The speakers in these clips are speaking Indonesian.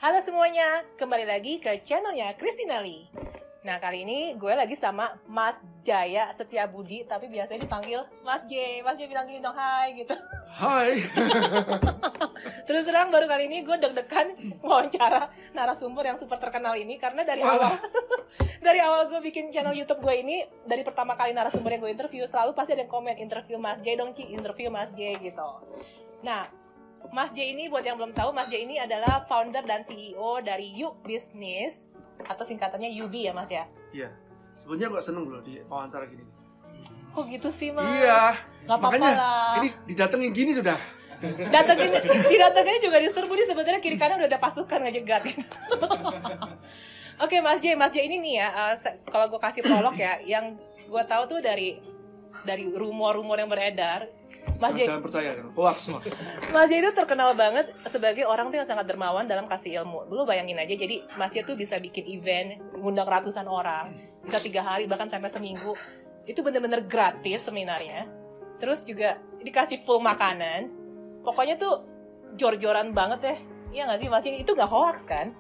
Halo semuanya, kembali lagi ke channelnya Christina Lee. Nah, kali ini gue lagi sama Mas Jaya Setiabudi, tapi biasanya dipanggil Mas J. Mas J bilang gini dong, hai gitu. Hai. Terus terang baru kali ini gue deg-degan wawancara narasumber yang super terkenal ini, karena dari awal dari awal gue bikin channel YouTube gue ini, dari pertama kali narasumber yang gue interview selalu pasti ada yang komen, interview Mas J dong Ci, interview Mas J gitu. Nah, Mas J ini, buat yang belum tahu, Mas J ini adalah founder dan CEO dari You Business, atau singkatannya UB ya Mas ya? Iya. Sebenarnya gue seneng loh di wawancara gini. Kok gitu sih Mas? Iya. Gak apa-apa Makanya lah. ini didatengin gini sudah. Didatengin juga diserbu, di sebenarnya kiri kanan udah ada pasukan ngejegat gitu. Oke Mas J ini nih ya, kalau gue kasih prolog ya, yang gue tahu tuh dari rumor-rumor yang beredar, Jangan percaya kan. Hoax. Mas J itu terkenal banget sebagai orang tuh yang sangat dermawan dalam kasih ilmu. Dulu bayangin aja, jadi Mas J tuh bisa bikin event, ngundang ratusan orang, bisa 3 hari bahkan sampai seminggu. Itu bener-bener gratis seminarnya. Terus juga dikasih full makanan. Pokoknya tuh jor-joran banget deh. Iya nggak sih Mas J? Itu nggak hoax kan?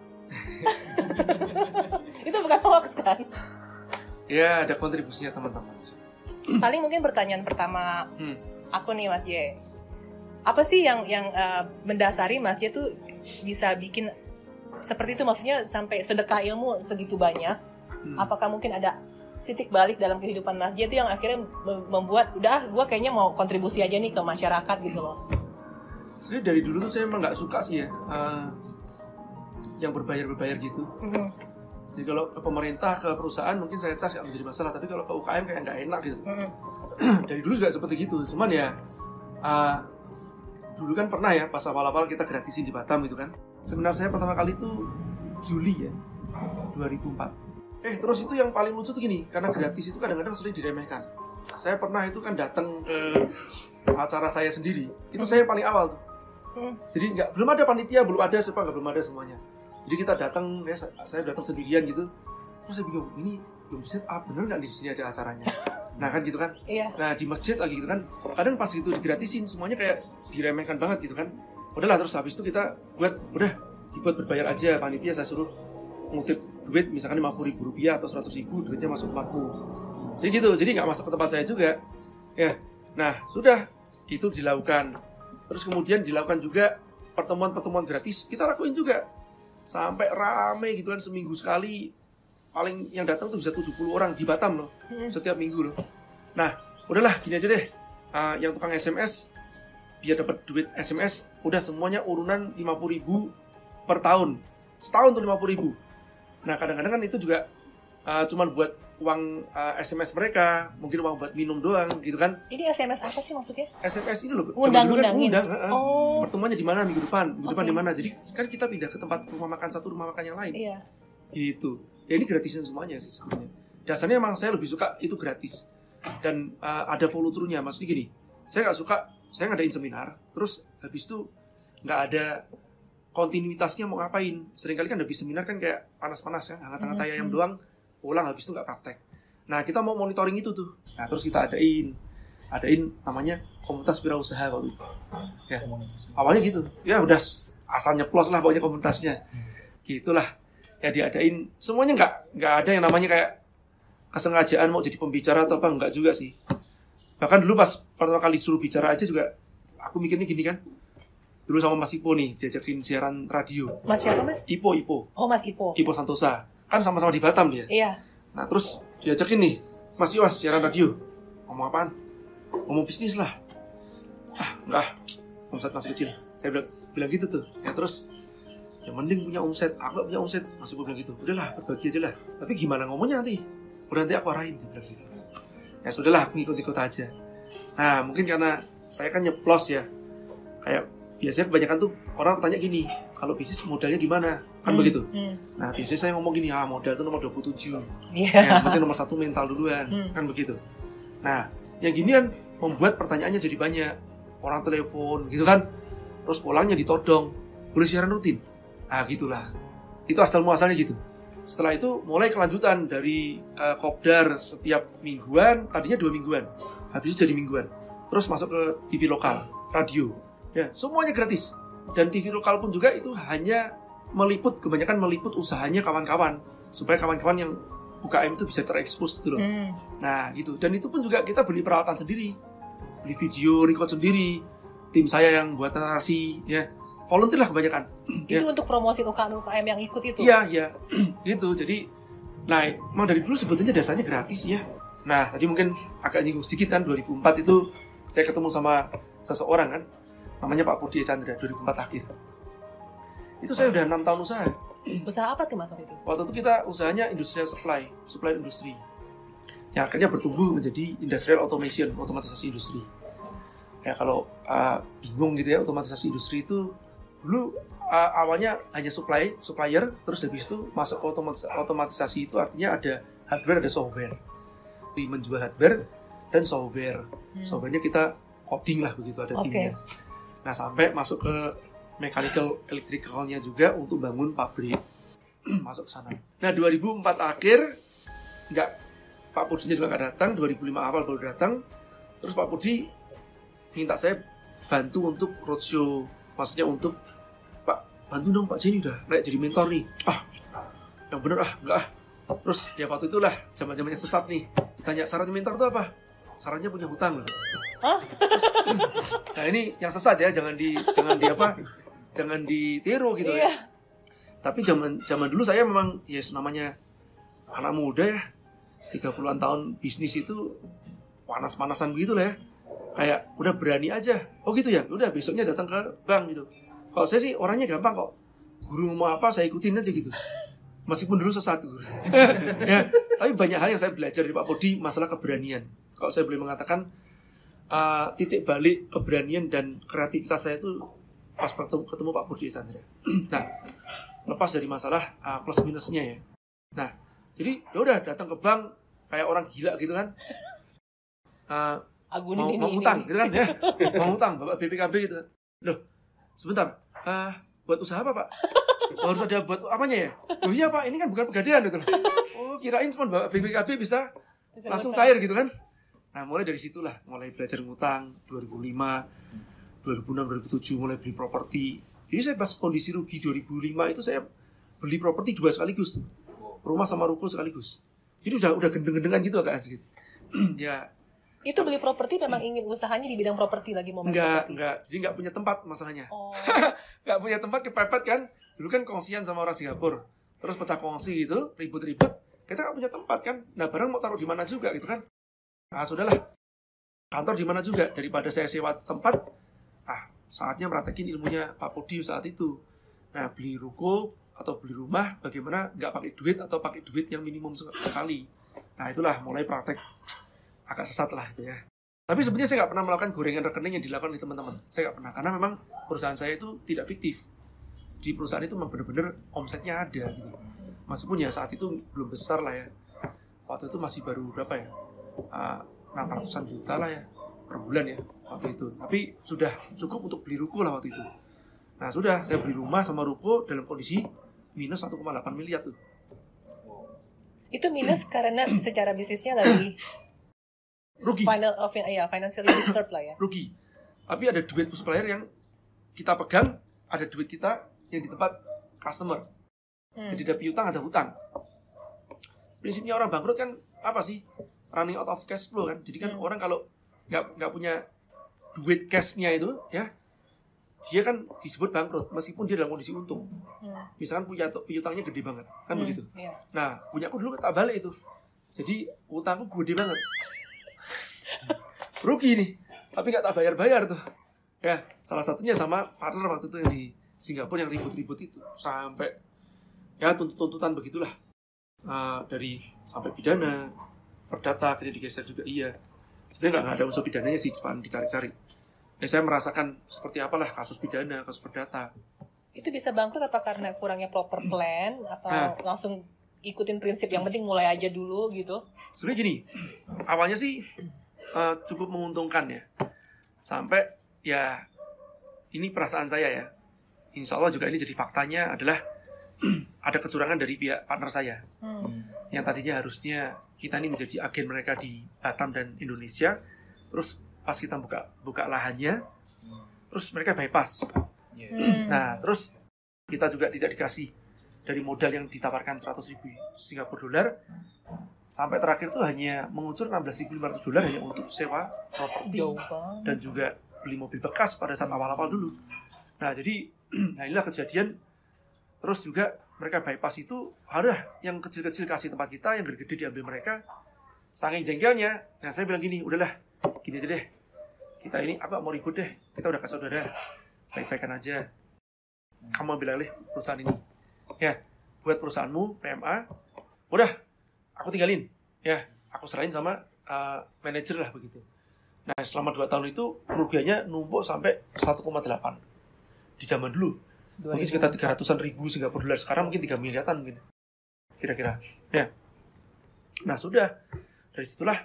Itu bukan hoax kan? Ya, ada kontribusinya teman-teman. Paling mungkin pertanyaan pertama aku nih Mas J, apa sih yang mendasari Mas J tuh bisa bikin seperti itu, maksudnya sampai sedekah ilmu segitu banyak? Apakah mungkin ada titik balik dalam kehidupan Mas J tuh yang akhirnya membuat udah gue kayaknya mau kontribusi aja nih ke masyarakat gitu loh? Sebenarnya dari dulu tuh saya emang nggak suka sih ya yang berbayar gitu. Jadi kalau ke pemerintah, ke perusahaan mungkin saya cas nggak menjadi masalah, tapi kalau ke UKM kayak nggak enak gitu. Dari dulu juga seperti gitu, cuman ya dulu kan pernah ya pas awal-awal kita gratisin di Batam gitu kan. Seminar saya pertama kali itu Juli ya 2004. Terus itu yang paling lucu tuh gini, karena gratis itu kadang-kadang sering diremehkan. Saya pernah itu kan datang ke acara saya sendiri, itu saya paling awal tuh. Jadi belum ada panitia, belum ada siapa, belum ada semuanya. Jadi kita datang, ya, saya datang sendirian gitu. Terus saya bingung, ini belum set up, bener nggak di sini ada acaranya? Nah kan gitu kan. Iya. Nah di masjid lagi gitu kan. Kadang pas gitu digratisin, semuanya kayak diremehkan banget gitu kan. Udahlah, terus habis itu kita dibuat berbayar aja. Panitia saya suruh ngutip duit, misalkan Rp50.000 atau Rp100.000, duitnya masuk tempatmu. Jadi gitu, jadi nggak masuk ke tempat saya juga. Ya, nah sudah itu dilakukan. Terus kemudian dilakukan juga pertemuan-pertemuan gratis, kita lakuin juga. Sampai rame gitu kan, seminggu sekali. Paling yang datang tuh bisa 70 orang di Batam loh, setiap minggu loh. Nah, udahlah gini aja deh. Yang tukang SMS, biar dapat duit SMS, udah semuanya urunan 50.000 per tahun. Setahun tuh 50.000. Nah, kadang-kadang kan itu juga cuman buat uang SMS mereka, mungkin uang buat minum doang gitu kan. Ini SMS apa sih maksudnya? SMS ini loh, undang-undangin. Pertemuannya di mana minggu depan di mana. Jadi kan kita pindah ke tempat rumah makan satu, rumah makan yang lain. Iya. Gitu. Ya ini gratisin semuanya sih sebenarnya. Dasarnya emang saya lebih suka itu gratis. Dan ada follow through-nya. Maksudnya gini, saya nggak suka saya ngadain seminar, terus habis itu nggak ada kontinuitasnya mau ngapain. Seringkali kan habis seminar kan kayak panas-panas kan, hangat-hangat ayam doang, pulang habis itu nggak praktek. Nah kita mau monitoring itu tuh. Nah terus kita adain namanya komunitas wirausaha waktu itu. Ya, awalnya gitu. Ya udah asal nyeplos lah pokoknya komunitasnya. Gitulah. Ya diadain, semuanya nggak ada yang namanya kayak kesengajaan mau jadi pembicara atau apa, nggak juga sih. Bahkan dulu pas pertama kali suruh bicara aja juga aku mikirnya gini kan, dulu sama Mas Ipo nih diajakin siaran radio. Mas siapa Mas? Ipo. Oh Mas Ipo Santosa, kan sama-sama di Batam dia. Iya. Nah terus diajakin nih, Mas Iwas siaran radio. Ngomong apaan? Ngomong bisnis lah. Enggak, omset masih kecil. Saya bilang gitu tuh. Ya terus, ya mending punya omset, aku gak punya omset. Masih bilang gitu, udahlah berbagi aja lah. Tapi gimana ngomongnya nanti? Udah nanti aku arahin, dia bilang gitu. Ya sudahlah, aku ikut-ikut aja. Nah mungkin karena saya kan nyeplos ya, kayak biasanya kebanyakan tuh orang tanya gini, kalau bisnis modalnya gimana? Kan begitu. Nah biasanya saya ngomong gini, modal itu nomor 27. Ya, mungkin nomor 1 mental duluan, kan begitu. Nah yang ginian membuat pertanyaannya jadi banyak. Orang telepon gitu kan, terus pulangnya ditodong, boleh siaran rutin. Nah gitulah, itu asal muasalnya gitu. Setelah itu mulai kelanjutan dari kopdar setiap mingguan, tadinya 2 mingguan, habis itu jadi mingguan. Terus masuk ke TV lokal, radio, ya semuanya gratis. Dan TV lokal pun juga itu hanya kebanyakan meliput usahanya kawan-kawan supaya kawan-kawan yang UKM itu bisa terekspos gitu loh. Nah gitu, dan itu pun juga kita beli peralatan sendiri, beli video, record sendiri, tim saya yang buat narasi ya, volunteer lah kebanyakan. Itu untuk promosi UKM yang ikut itu? Iya gitu. Jadi nah emang dari dulu sebetulnya dasarnya gratis ya. Nah tadi mungkin agak nyinggung sedikit kan, 2004 itu saya ketemu sama seseorang kan, namanya Pak Purdi Chandra, 2004 akhir. Itu saya udah 6 tahun usaha. Usaha apa tuh Mas waktu itu? Waktu itu kita usahanya industrial supply industri. Yang akhirnya bertumbuh menjadi industrial automation, otomatisasi industri. Ya kalau bingung gitu ya, otomatisasi industri itu dulu awalnya hanya supplier, terus habis itu masuk ke otomatisasi itu artinya ada hardware, ada software. Menjual hardware dan software. Softwarenya kita coding lah begitu, ada timnya. Nah sampai masuk ke mechanical electricalnya juga untuk bangun pabrik. Masuk ke sana. Nah 2004 akhir Pak Purdi juga nggak datang, 2005 awal baru datang. Terus Pak Purdi minta saya bantu untuk roadshow, maksudnya untuk Pak bantu dong Pak Jenny udah kayak jadi mentor nih. Yang bener enggak. Terus ya waktu itulah zaman-zamannya sesat nih. Ditanya syarat mentor itu apa? Syaratnya punya hutang loh. Terus, nah ini yang sesat ya, jangan ditiru gitu ya. Tapi zaman dulu saya memang ya namanya anak muda ya, 30-an tahun bisnis itu panas-panasan begitu lah ya. Kayak udah berani aja. Oh gitu ya, udah besoknya datang ke bank gitu. Kalau saya sih orangnya gampang kok. Guru mau apa saya ikutin aja gitu. Meskipun dulu sesat guru. Ya, tapi banyak hal yang saya belajar dari Pak Purdi masalah keberanian. Kalau saya boleh mengatakan titik balik keberanian dan kreativitas saya itu pas ketemu Pak Purdi Chandra. Nah, lepas dari masalah plus minusnya ya. Nah, jadi ya udah datang ke bank kayak orang gila gitu kan. Mau utang gitu kan ya. Mau utang Bapak BPKB gitu kan. Loh, sebentar. Buat usaha apa, Pak? Harus ada buat apanya ya? Oh iya, Pak, ini kan bukan pegadaian gitu loh. Oh, kirain cuma Bapak BPKB bisa langsung cair gitu kan. Nah, mulai dari situlah mulai belajar ngutang 2005, 2006, 2007 mulai beli properti. Jadi saya pas kondisi rugi 2005 itu saya beli properti 2 sekaligus tuh. Rumah sama ruko sekaligus. Jadi udah gendeng-gendengan gitu agak gitu. Ya. Itu beli properti memang ingin usahanya di bidang properti lagi mau enggak. Jadi enggak punya tempat masalahnya. Enggak punya tempat, kepepet kan. Dulu kan kongsian sama orang Singapura. Terus pecah kongsi gitu, ribut-ribut. Kita enggak punya tempat kan. Nah, barang mau taruh di mana juga gitu kan. Nah, sudahlah. Kantor di mana juga, daripada saya sewa tempat. Saatnya praktekin ilmunya Pak Purdi saat itu. Nah, beli ruko atau beli rumah bagaimana enggak pakai duit atau pakai duit yang minimum sekali. Nah, itulah mulai praktek agak sesat lah itu ya. Tapi sebenarnya saya nggak pernah melakukan gorengan rekening yang dilakukan oleh teman-teman. Saya nggak pernah, karena memang perusahaan saya itu tidak fiktif. Di perusahaan itu memang benar-benar omsetnya ada gitu. Meskipun ya saat itu belum besar lah ya. Waktu itu masih baru berapa ya? 600-an juta lah ya per bulan ya waktu itu. Tapi sudah cukup untuk beli ruko lah waktu itu. Nah sudah, saya beli rumah sama ruko dalam kondisi minus 1,8 miliar tuh. Itu minus karena secara bisnisnya lagi rugi. Financially disturbed lah ya. Rugi. Tapi ada duit supplier yang kita pegang, ada duit kita yang di tempat customer. Jadi ada piutang, ada hutang. Prinsipnya orang bangkrut kan apa sih? Running out of cash flow kan. Jadi kan orang kalau nggak punya duit cashnya itu, ya, dia kan disebut bangkrut meskipun dia dalam kondisi untung. Misalkan piutangnya gede banget, kan begitu. Yeah. Nah, punyaku dulu tak balik itu. Jadi utangku gede banget. Rugi nih, tapi nggak tak bayar tuh. Ya, salah satunya sama partner waktu itu yang di Singapura yang ribut-ribut itu sampai ya tuntutan begitulah. Dari sampai pidana, perdata akhirnya digeser juga iya. Sebenarnya nggak ada unsur pidananya sih, cuma dicari-cari. Ya saya merasakan seperti apalah kasus pidana, kasus perdata. Itu bisa bangkrut apa karena kurangnya proper plan atau langsung ikutin prinsip yang penting mulai aja dulu gitu? Sebenarnya gini, awalnya sih cukup menguntungkan ya. Sampai ya ini perasaan saya ya. Insya Allah juga ini jadi faktanya adalah ada kecurangan dari pihak partner saya. Yang tadinya harusnya kita ini menjadi agen mereka di Batam dan Indonesia. Terus pas kita buka lahannya, terus mereka bypass. Nah terus kita juga tidak dikasih dari modal yang ditawarkan 100.000 Singapura dolar, sampai terakhir tuh hanya mengucur 16.500 dolar hanya untuk sewa properti Jauh banget. dan juga beli mobil bekas pada saat awal-awal dulu. Nah jadi nah inilah kejadian. Terus juga mereka bypass itu, ada yang kecil-kecil kasih tempat kita, yang gede-gede diambil mereka. Saking jengkelnya, nah saya bilang gini, udahlah, gini aja deh. Kita ini, aku gak mau ribut deh. Kita udah kasih saudara, baik-baikan aja. Kamu ambil alih perusahaan ini. Ya, buat perusahaanmu, PMA, udah, aku tinggalin. Ya, aku serahin sama manajer lah begitu. Nah, selama 2 tahun itu, kerugiannya numpuk sampai 1,8 di zaman dulu. Mungkin sekitar 300-an ribu Singapura dolar. Sekarang mungkin 3 miliaran mungkin. Kira-kira. Ya. Nah, sudah. Dari situlah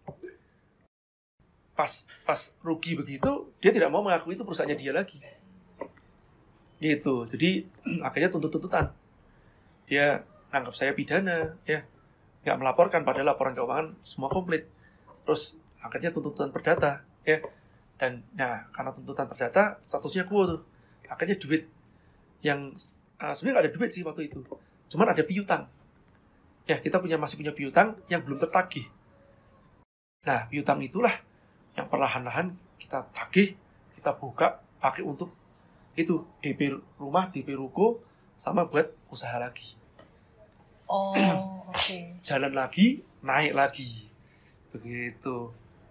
pas rugi begitu, dia tidak mau mengakui itu perusahaannya dia lagi. Gitu. Jadi akhirnya tuntut-tuntutan. Dia anggap saya pidana, ya. Nggak melaporkan, padahal laporan keuangan semua komplit. Terus akhirnya tuntutan perdata, ya. Dan nah, karena tuntutan perdata, statusnya quo tuh. Akhirnya duit yang sebenarnya nggak ada duit sih waktu itu, cuman ada piutang. Ya, kita masih punya piutang yang belum tertagih. Nah, piutang itulah yang perlahan-lahan kita tagih, kita buka, pakai untuk itu DP rumah, DP ruko, sama buat usaha lagi. Oh, oke. Jalan lagi, naik lagi, begitu.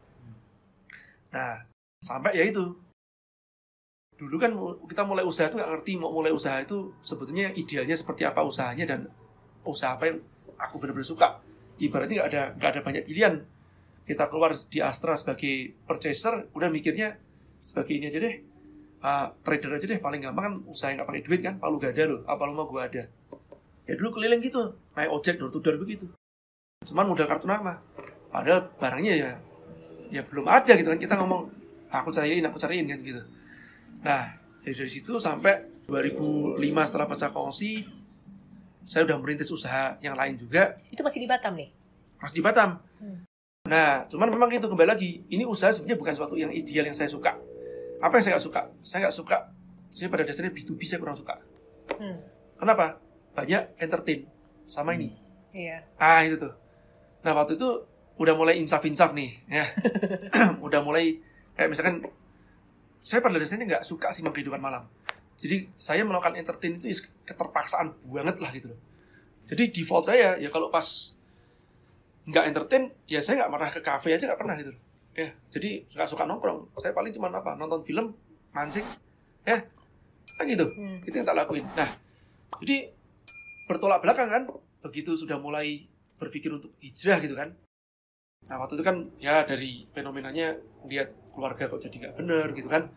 Nah, sampai ya itu. Dulu kan kita mulai usaha itu nggak ngerti mau mulai usaha itu sebetulnya idealnya seperti apa usahanya dan usaha apa yang aku benar-benar suka. Ibaratnya nggak ada banyak pilihan. Kita keluar di Astra sebagai purchaser, udah mikirnya sebagai ini aja deh, trader aja deh, paling gampang kan usaha yang nggak pakai duit kan, palu gak ada loh, apa lu mau gua ada. Ya dulu keliling gitu, naik ojek door to door begitu. Cuman modal kartu nama, padahal barangnya ya belum ada gitu kan. Kita ngomong aku cariin kan gitu. Nah, jadi dari situ sampai 2005 setelah pecah kongsi, saya udah merintis usaha yang lain juga. Itu masih di Batam nih? Masih di Batam. Nah, cuman memang gitu, kembali lagi. Ini usaha sebenarnya bukan sesuatu yang ideal yang saya suka. Apa yang saya nggak suka? Saya nggak suka. Saya pada dasarnya B2B saya kurang suka. Kenapa? Banyak entertain sama ini. Iya. Itu tuh. Nah, waktu itu udah mulai insaf-insaf nih. Ya. Udah mulai, kayak misalkan, saya pada dasarnya nggak suka sih kehidupan malam. Jadi saya melakukan entertain itu keterpaksaan banget lah gitu loh. Jadi default saya ya kalau pas nggak entertain ya saya nggak pernah ke kafe aja, nggak pernah gitu loh. Ya jadi nggak suka nongkrong. Saya paling cuma nonton film, mancing, ya kan gitu. Itu yang tak lakuin. Nah jadi bertolak belakang kan. Begitu sudah mulai berpikir untuk hijrah gitu kan. Nah waktu itu kan ya dari fenomenanya lihat keluarga kok jadi nggak bener gitu kan,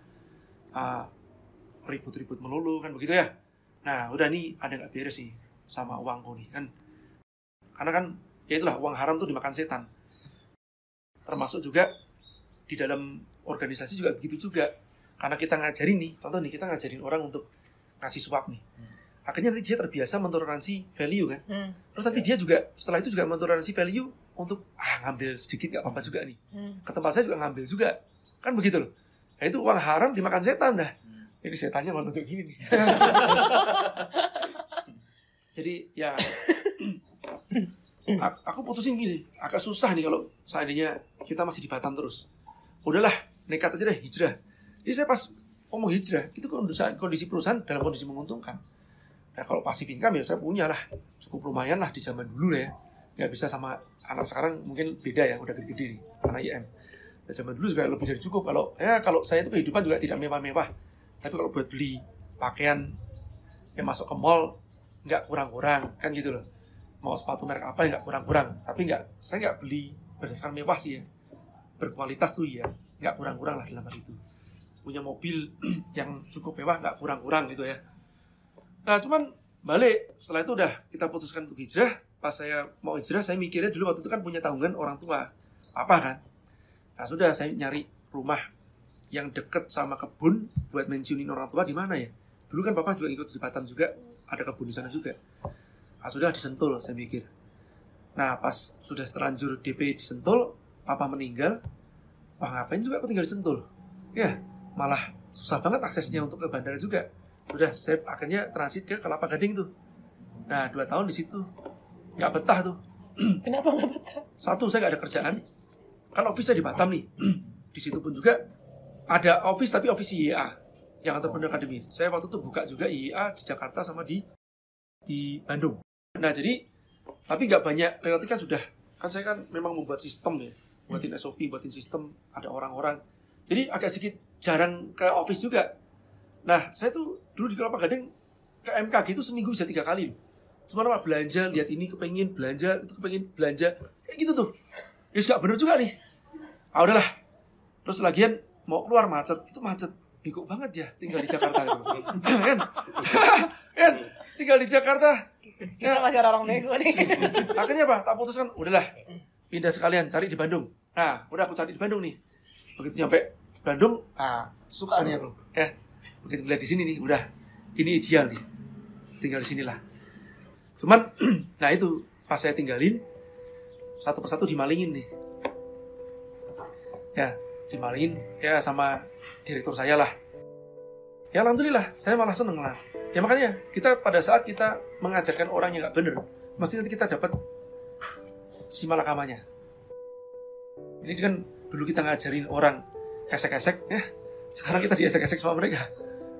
ribut-ribut melulu kan begitu ya. Nah udah nih ada nggak beres sih sama uangku nih kan, karena kan ya itulah uang haram tuh dimakan setan. Termasuk juga di dalam organisasi juga begitu juga, karena kita ngajarin nih, contoh nih kita ngajarin orang untuk ngasih suap nih, akhirnya nanti dia terbiasa mentoleransi value kan. Terus nanti dia juga setelah itu juga mentoleransi value untuk ngambil sedikit nggak apa-apa juga nih. Ke tempat saya juga ngambil juga. Kan begitu loh. Nah itu uang haram dimakan setan dah. Ini setannya mau nunjuk gini nih. Jadi ya aku putusin gini, agak susah nih kalau seandainya kita masih di Batam terus. Udahlah, nekat aja deh hijrah. Jadi saya pas ngomong hijrah, itu kondisi perusahaan dalam kondisi menguntungkan. Nah kalau passive income ya saya punya lah, cukup lumayan lah di zaman dulu ya. Nggak bisa sama anak sekarang, mungkin beda ya, udah gede-gede nih, anak IM. Nah, zaman dulu juga lebih dari cukup. Kalau saya itu kehidupan juga tidak mewah-mewah. Tapi kalau buat beli pakaian yang masuk ke mall, nggak kurang-kurang, kan gitu loh. Mau sepatu merek apa ya nggak kurang-kurang. Tapi saya nggak beli berdasarkan mewah sih ya. Berkualitas tuh ya, nggak kurang-kurang lah dalam hal itu. Punya mobil yang cukup mewah, nggak kurang-kurang gitu ya. Nah cuman balik, setelah itu udah kita putuskan untuk hijrah. Pas saya mau hijrah, saya mikirnya dulu waktu itu kan punya tanggungan orang tua. Apa kan? Nah sudah, saya nyari rumah yang deket sama kebun buat mensiunin orang tua di mana ya. Dulu kan papa juga ikut di Batam juga, ada kebun di sana juga. Nah sudah di Sentul, saya mikir. Nah pas sudah terlanjur DP di Sentul, papa meninggal. Wah ngapain juga aku tinggal di Sentul? Ya malah susah banget aksesnya untuk ke bandara juga. Udah, saya akhirnya transit ke Kelapa Gading tuh. Nah, 2 tahun di situ. Nggak betah tuh. Kenapa nggak betah? Satu, saya nggak ada kerjaan. Kan office saya di Batam nih. Di situ pun juga ada office, tapi office IEA yang Entrepreneur Academy. Saya waktu itu buka juga IEA di Jakarta sama di Bandung. Nah, jadi tapi nggak banyak. Relatif kan sudah. Kan saya kan memang membuat sistem ya. Buatin SOP, buatin sistem. Ada orang-orang. Jadi agak sedikit jarang ke office juga. Nah, saya tuh dulu di Kelapa Gading ke MKG itu seminggu bisa 3 kali. Cuma apa belanja, lihat ini kepengin belanja, itu kepengin belanja, kayak gitu tuh. Ya gak bener juga nih. Ah udahlah. Terus lagian mau keluar macet, itu macet. Bego banget ya tinggal di Jakarta itu. Kan? Tinggal di Jakarta. Kita masih orang bego nih. Akhirnya apa? Tak putuskan, udahlah. Pindah sekalian cari di Bandung. Nah, udah aku cari di Bandung nih. Begitu nyampe Bandung, suka nih aku. Begitu lihat di sini nih, udah ini ideal nih. Tinggal di sinilah. Cuman, nah itu pas saya tinggalin, satu persatu dimalingin nih. Ya, dimalingin ya sama direktur saya lah. Ya alhamdulillah, saya malah seneng lah. Ya makanya kita pada saat kita mengajarkan orang yang nggak bener, mesti nanti kita dapat si malakamanya. Ini kan dulu kita ngajarin orang esek-esek, ya sekarang kita diesek-esek sama mereka.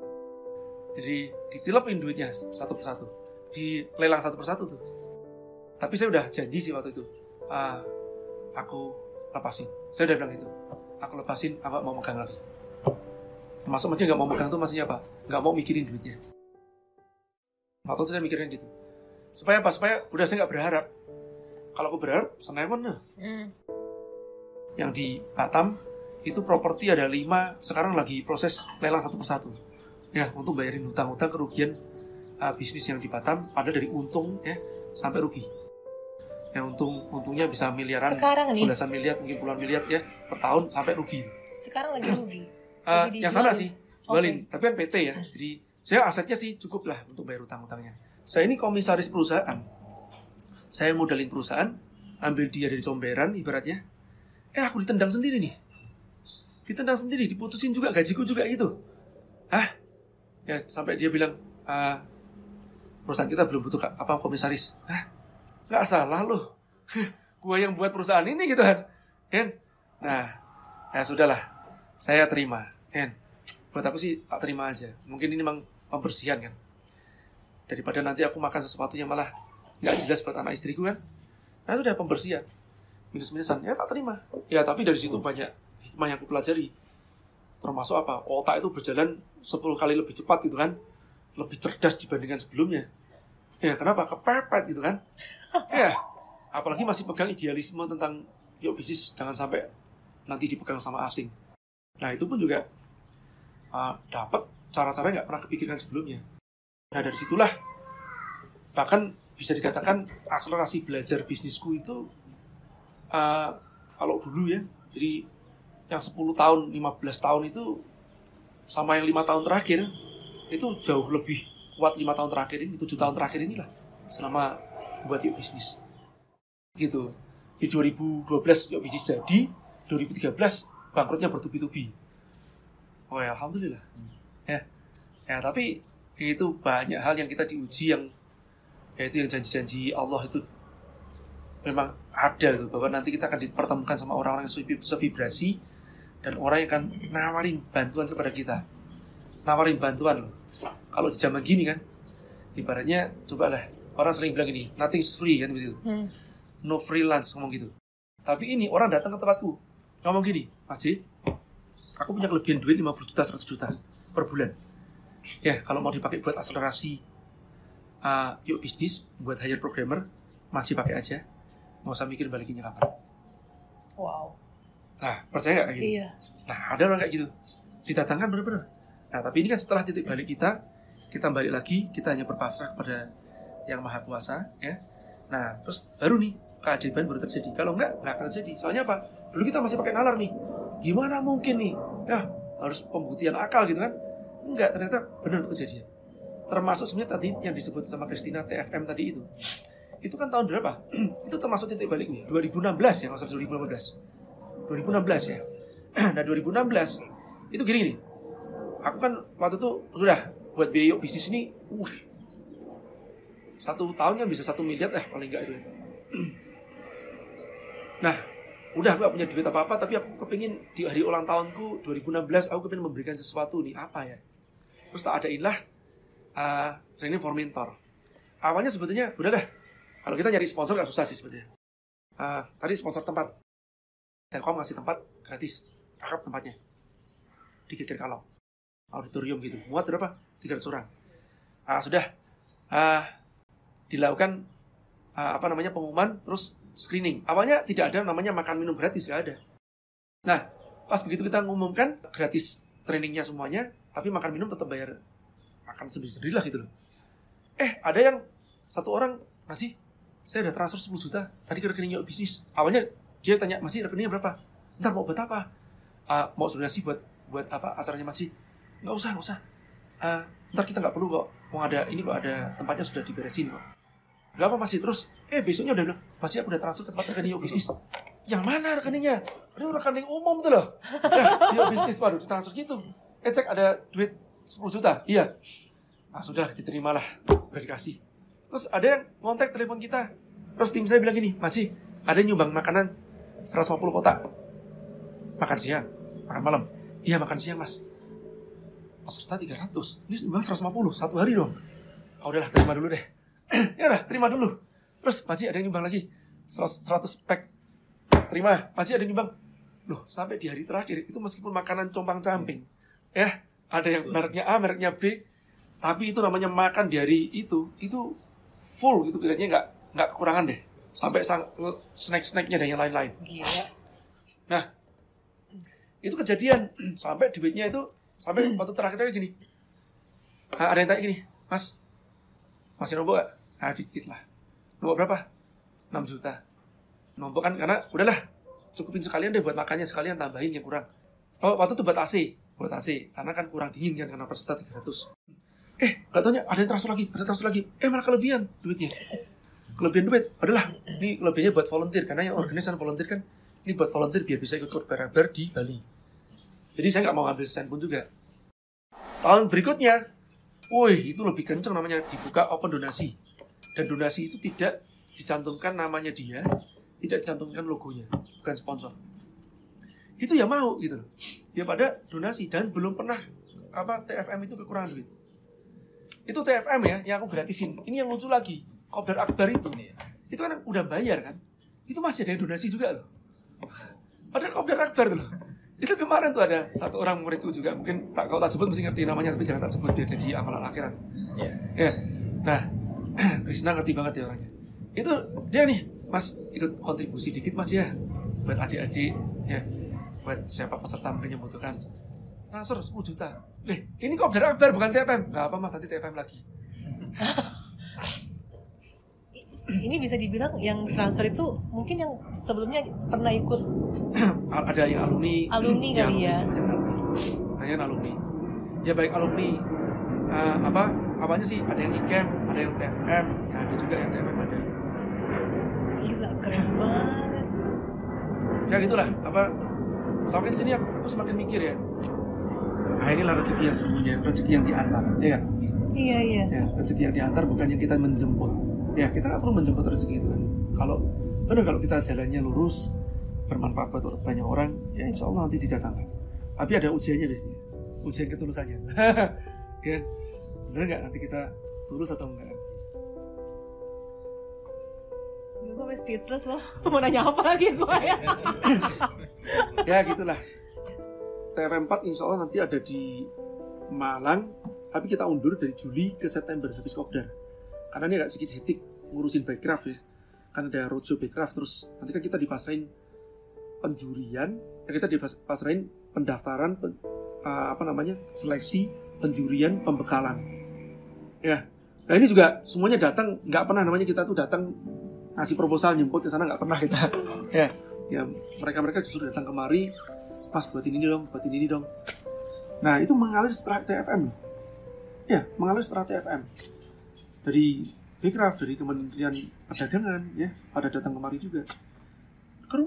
Jadi ditilapin duitnya satu persatu, dilelang satu persatu tuh. Tapi saya udah janji sih waktu itu, aku lepasin. Saya udah bilang gitu, aku lepasin, aku gak mau megang lagi. Termasuk maksudnya gak mau megang tuh maksudnya apa? Gak mau mikirin duitnya. Waktu itu saya mikirkan gitu. Supaya apa? Supaya udah saya gak berharap. Kalau aku berharap, Senewan lah. Yang di Batam, itu properti ada 5, sekarang lagi proses lelang satu persatu. Ya, untuk bayarin hutang-hutang kerugian bisnis yang di Batam, pada dari untung ya sampai rugi. Ya untungnya bisa miliaran, sekarang nih, belasan miliar, mungkin puluhan miliar ya per tahun sampai rugi. Sekarang lagi rugi. Yang sana sih jualin, tapi kan PT ya. Jadi saya asetnya sih cukup lah untuk bayar hutang-hutangnya. Saya ini komisaris perusahaan. Saya modalin perusahaan, ambil dia dari comberan ibaratnya. Aku ditendang sendiri nih. Ditendang sendiri, diputusin juga gajiku juga gitu. Ya sampai dia bilang, perusahaan kita belum butuh komisaris. Nggak salah loh. Gua yang buat perusahaan ini gitu kan. Nah, ya sudahlah. Saya terima. Buat aku sih tak terima aja. Mungkin ini memang pembersihan kan. Daripada nanti aku makan sesuatu yang malah nggak jelas buat anak istriku kan. Nah itu udah pembersihan. Minus-minusan. Ya tak terima. Ya tapi dari situ banyak hikmah yang aku pelajari. Termasuk apa? Otak itu berjalan 10 kali lebih cepat gitu kan. Lebih cerdas dibandingkan sebelumnya. Ya kenapa? Kepepet gitu kan. Ya, apalagi masih pegang idealisme tentang yuk bisnis jangan sampai nanti dipegang sama asing. Nah itu pun juga dapat cara-cara yang nggak pernah kepikirkan sebelumnya. Nah dari situlah bahkan bisa dikatakan akselerasi belajar bisnisku itu kalau dulu ya, jadi yang 10 tahun, 15 tahun itu sama yang 5 tahun terakhir itu jauh lebih kuat 5 tahun terakhir ini, 7 tahun terakhir inilah selama buat yuk bisnis gitu. Di 2012 yuk bisnis jadi, 2013 bangkrutnya bertubi-tubi. Oh ya alhamdulillah. Ya tapi itu banyak hal yang kita diuji yang yaitu yang janji-janji Allah itu memang ada gitu, bahwa nanti kita akan dipertemukan sama orang-orang yang sevibrasi dan orang yang akan nawarin bantuan kepada kita. Nawarin bantuan loh. Kalau di zaman gini kan ibaratnya cobalah orang sering bilang ini nothing's free kan begitu. No free lunch ngomong gitu. Tapi ini orang datang ke tempatku ngomong gini, Mas J, aku punya kelebihan duit 50 juta 100 juta per bulan. Ya kalau mau dipakai buat akselerasi yuk bisnis, buat hire programmer, Mas J pakai aja. Nggak usah mikir balikinnya kapan. Wow. Nah percaya nggak kayak gitu? Iya. Nah ada orang kayak gitu didatangkan benar-benar. Nah tapi ini kan setelah titik balik kita balik lagi, kita hanya berpasrah kepada Yang Maha Kuasa ya. Nah terus baru nih keajaiban baru terjadi. Kalau nggak akan terjadi. Soalnya apa? Dulu kita masih pakai nalar nih. Gimana mungkin nih? Ya harus pembuktian akal gitu kan? Enggak, ternyata benar itu kejadian. Termasuk sebenarnya tadi yang disebut sama Christina TFM tadi itu. Itu kan tahun berapa? Itu termasuk titik balik nih 2016 ya, maksud 2016 ya. Nah 2016 itu gini nih. Aku kan waktu itu sudah buat biaya bisnis ini, 1 tahun kan bisa 1 miliar paling enggak itu. Nah, udah aku gak punya duit apa-apa, tapi aku kepingin di hari ulang tahunku 2016, aku kepingin memberikan sesuatu nih, apa ya? Terus tak adainlah training for mentor. Awalnya sebetulnya, udah dah, kalau kita nyari sponsor gak susah sih sebetulnya. Tadi sponsor tempat, Telkom ngasih tempat gratis, cakep tempatnya, di Geger Kalong, auditorium gitu, muat berapa? 300 orang. Sudah, dilakukan pengumuman, terus screening. Awalnya tidak ada namanya makan minum gratis, gak ada. Nah, pas begitu kita ngumumkan gratis trainingnya semuanya, tapi makan minum tetap bayar, makan sendiri-sendiri lah gitu loh. Ada yang satu orang, Mas, saya udah transfer 10 juta tadi ke rekeningnya bisnis. Awalnya dia tanya, Mas, rekeningnya berapa? Ntar mau buat apa? Mau donasi buat apa acaranya Mas? Nggak usah. Ntar kita nggak perlu kok. Mau ada ini kok, ada tempatnya sudah diberesin kok. Nggak apa Mas. Terus besoknya udah bilang, Mas, aku udah transfer ke tempat rekening bisnis. Yang mana rekeningnya? Ini rekening umum tuh loh. Dia bisnis baru ditransfer gitu. Cek ada duit 10 juta. Iya. Sudah diterimalah, udah dikasih. Terus ada yang ngontak telepon kita. Terus tim saya bilang gini, Mas, ada yang nyumbang makanan 150 kotak. Makan siang, makan malam. Iya, makan siang, Mas. Peserta 300. Ini nyumbang 150, 1 hari dong. Udahlah, terima dulu deh. Ya udah, terima dulu. Terus, Mas, ada yang nyumbang lagi 100 pack. Terima. Mas, ada yang nyumbang. Loh, sampai di hari terakhir itu meskipun makanan compang-camping, ya, ada yang mereknya A, mereknya B, tapi itu namanya makan di hari itu full gitu, kayaknya nggak kekurangan deh, sampai snack-snacknya dan yang lain-lain. Gila. Nah, itu kejadian sampai duitnya itu sampai waktu terakhirnya gini. Ada yang tanya gini, Mas, masih nombok gak? Dikit lah. Nombok berapa? 6 juta. Nombok kan karena udahlah, cukupin sekalian deh buat makannya, sekalian tambahin yang kurang. Waktu itu buat AC, karena kan kurang dingin kan, karena peserta 300. Gak taunya ada yang transfer lagi, malah kelebihan duitnya. Kelebihan duit, adalah ini kelebihannya buat volunteer, karena yang organisasi volunteer kan, ini buat volunteer biar bisa ikut berkabar di Bali. Jadi saya gak mau ngambil sen pun juga. Tahun berikutnya, itu lebih kenceng namanya, dibuka open donasi. Dan donasi itu tidak dicantumkan namanya dia, tidak dicantumkan logonya, bukan sponsor. Itu ya mau gitu. Dia pada donasi dan belum pernah TFM itu kekurangan duit. Itu TFM ya, yang aku gratisin. Ini yang lucu lagi, Kopdar Akbar itu kan udah bayar kan. Itu masih ada yang donasi juga loh. Padahal Kopdar Akbar tuh loh. Itu kemarin tuh ada satu orang muridku juga, mungkin kalau tak sebut mesti ngerti namanya, tapi jangan tak sebut biar jadi amalan akhirat. Ya. Nah, Krishna ngerti banget ya orangnya. Itu dia nih, Mas, ikut kontribusi dikit Mas ya, buat adik-adik ya, buat siapa peserta mungkin yang membutuhkan. Transfer 10 juta. Ini Kopdar Akbar bukan TFM. Gak apa Mas, nanti TFM lagi. Ini bisa dibilang yang transfer itu mungkin yang sebelumnya pernah ikut. Ada yang alumni kali ya. Ada yang alumni. Ya baik alumni. Apanya sih? Ada yang IKEM, ada yang TFM, ya ada juga yang TFM ada. Gila, keren banget. Ya gitulah. Semakin sini aku semakin mikir ya. Inilah rezeki yang sesungguhnya, rezeki yang diantar, ya kan? Iya. Ya, rezeki yang diantar bukan yang kita menjemput. Ya, kita nggak perlu menjemput rezeki itu kan. Kalau kita jalannya lurus, bermanfaat buat banyak orang, ya insya Allah nanti didatangkan. Tapi ada ujiannya biasanya, ujian ketulusannya. Ya, benar nggak nanti kita lurus atau enggak? Gue sampai speechless loh. Mau nanya apa lagi gue ya? Ya gitulah. TFM 4 insya Allah nanti ada di Malang, tapi kita undur dari Juli ke September habis Kopdar. Karena ini agak sedikit hektik ngurusin backcraft ya. Kan ada roadshow backcraft, terus nanti kan kita dipasrahin penjurian, kita dipasrahin pendaftaran, seleksi, penjurian, pembekalan. Ya. Nah ini juga semuanya datang, nggak pernah namanya kita tuh datang ngasih proposal nyemput ke sana, nggak pernah kita. Ya mereka justru datang kemari, Mas buatin ini dong. Nah itu mengalir setelah TFM. Ya, mengalir setelah TFM. Dari Backcraft, dari Kementerian Perdagangan, ya, pada datang kemari juga. Ke rumah,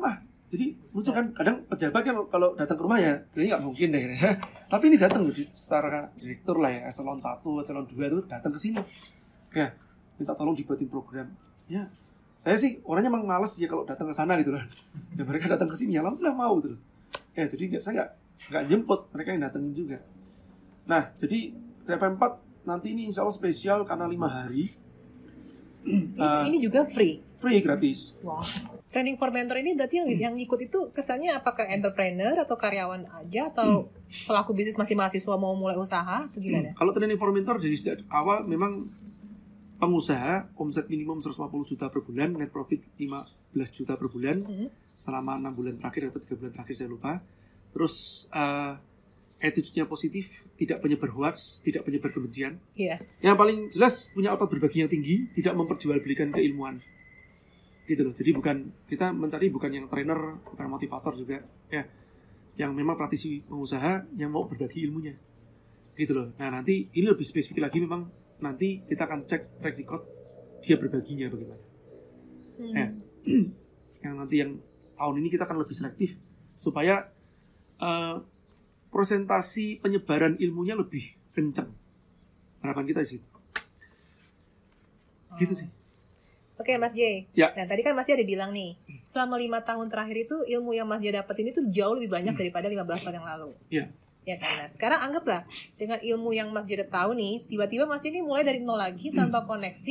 Jadi lucu kan, kadang pejabat kan kalau datang ke rumah ya, ini nggak mungkin deh. Tapi ini datang loh, secara direktur lah ya, eselon 1, eselon 2 itu datang ke sini. Ya, minta tolong dibuatin program. Ya, saya sih orangnya emang males ya kalau datang ke sana gitu loh. Ya mereka datang ke sini, ya alhamdulillah mau gitu loh. Ya, jadi saya nggak jemput, mereka yang datengin juga. Nah, jadi TFM4 nanti ini insya Allah spesial karena 5 hari. Ini juga free? Free, gratis. Wow. Training for Mentor ini berarti yang ikut itu kesannya apakah entrepreneur atau karyawan aja atau pelaku bisnis masih mahasiswa mau mulai usaha atau gimana? Kalau training for Mentor dari sejak awal memang pengusaha, omset minimum 150 juta per bulan, net profit 15 juta per bulan selama 6 bulan terakhir atau 3 bulan terakhir saya lupa. Terus attitude-nya positif, tidak penyebar hoax, tidak penyebar kebencian. Iya. Yang paling jelas punya otot berbagi yang tinggi, tidak memperjualbelikan keilmuan. Gitu loh. Jadi kita mencari bukan yang trainer, bukan motivator juga, ya. Yang memang praktisi pengusaha yang mau berbagi ilmunya. Gitu loh. Nah, nanti ini lebih spesifik lagi memang nanti kita akan cek track record dia berbaginya bagaimana. Ya. Yang nanti yang tahun ini kita akan lebih selektif supaya presentasi penyebaran ilmunya lebih kencang. Harapan kita di situ. Gitu sih. Oke, Mas J. Ya. Nah, tadi kan Mas J ada bilang nih, selama 5 tahun terakhir itu ilmu yang Mas J dapetin itu jauh lebih banyak daripada 15 tahun yang lalu. Iya. Ya kan? Nah, sekarang anggaplah dengan ilmu yang Mas J udah tahu nih, tiba-tiba Mas J ini mulai dari nol lagi tanpa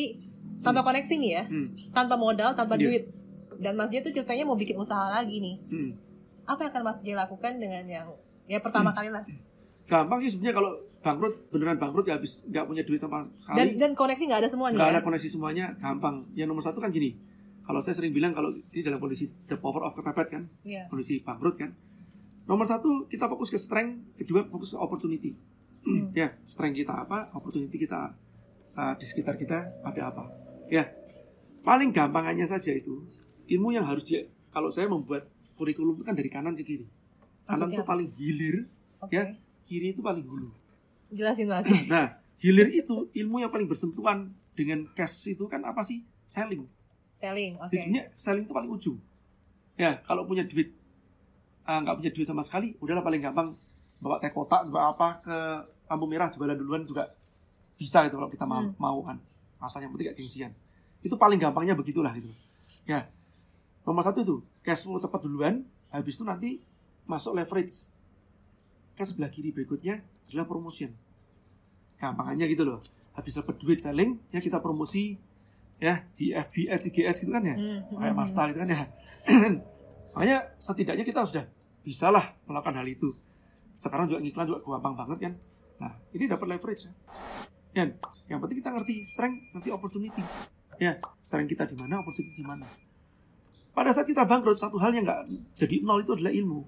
koneksi nih ya, tanpa modal, tanpa duit. Dan Mas J tuh ceritanya mau bikin usaha lagi nih. Apa yang akan Mas J lakukan dengan yang pertama kali lah? Gampang sih sebenarnya kalau beneran bangkrut nggak punya duit sama sekali. Dan koneksi nggak ada semua nih. Nggak ada koneksi semuanya, gampang. Yang nomor 1 kan gini. Kalau saya sering bilang kalau ini dalam kondisi the power of kepepet kan, kondisi bangkrut kan. Nomor 1 kita fokus ke strength, kedua fokus ke opportunity. Ya, strength kita apa, opportunity kita di sekitar kita ada apa. Ya, paling gampangannya saja itu ilmu yang harus kalau saya membuat kurikulum itu kan dari kanan ke kiri. Kanan itu paling hilir, ya, kiri itu paling hulu. Jelasin. Nah, hilir itu ilmu yang paling bersentuhan dengan cash itu kan apa sih? Selling, oke. Sebenarnya selling itu paling ujung. Ya, kalau punya duit, nggak punya duit sama sekali, udahlah paling gampang bawa teh kotak, bawa apa ke lampu merah jualan duluan juga bisa itu kalau kita mau kan. Rasanya penting gak gengsian. Itu paling gampangnya begitulah gitu. Ya, nomor 1 itu cash flow cepat duluan, habis itu nanti masuk leverage. Ke sebelah kiri berikutnya adalah promotion. Gampangannya gitu loh. Habis dapat duit selling, ya kita promosi ya di FB Ads, IG Ads gitu kan ya. Kayak Masta gitu kan ya. Makanya setidaknya kita sudah bisalah melakukan hal itu. Sekarang juga ngiklan juga gampang banget kan. Nah, ini dapat leverage. Dan yang penting kita ngerti strength, ngerti opportunity. Ya, strength kita di mana, opportunity di mana. Pada saat kita bangkrut, satu hal yang nggak jadi nol itu adalah ilmu.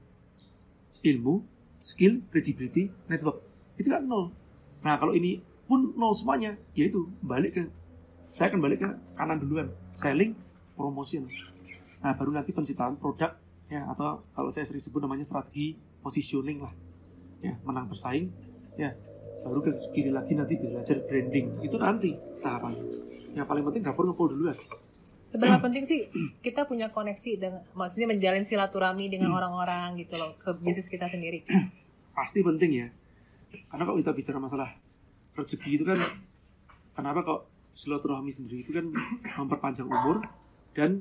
Ilmu, skill, credibility, network. Itu kan nol. Nah, kalau ini pun nol semuanya, yaitu saya akan balik ke kanan duluan. Selling, promotion. Nah, baru nanti penciptaan produk, ya, atau kalau saya sering sebut namanya strategi positioning lah. Ya, menang bersaing, ya. Baru ke kiri lagi nanti belajar branding. Itu nanti tahapan. Yang paling penting dapur ngepul duluan. Seberapa penting sih kita punya koneksi dengan, maksudnya menjalin silaturahmi dengan orang-orang gitu loh ke bisnis kita sendiri? Pasti penting ya. Karena kalau kita bicara masalah rezeki itu kan, kenapa kok silaturahmi sendiri itu kan memperpanjang umur dan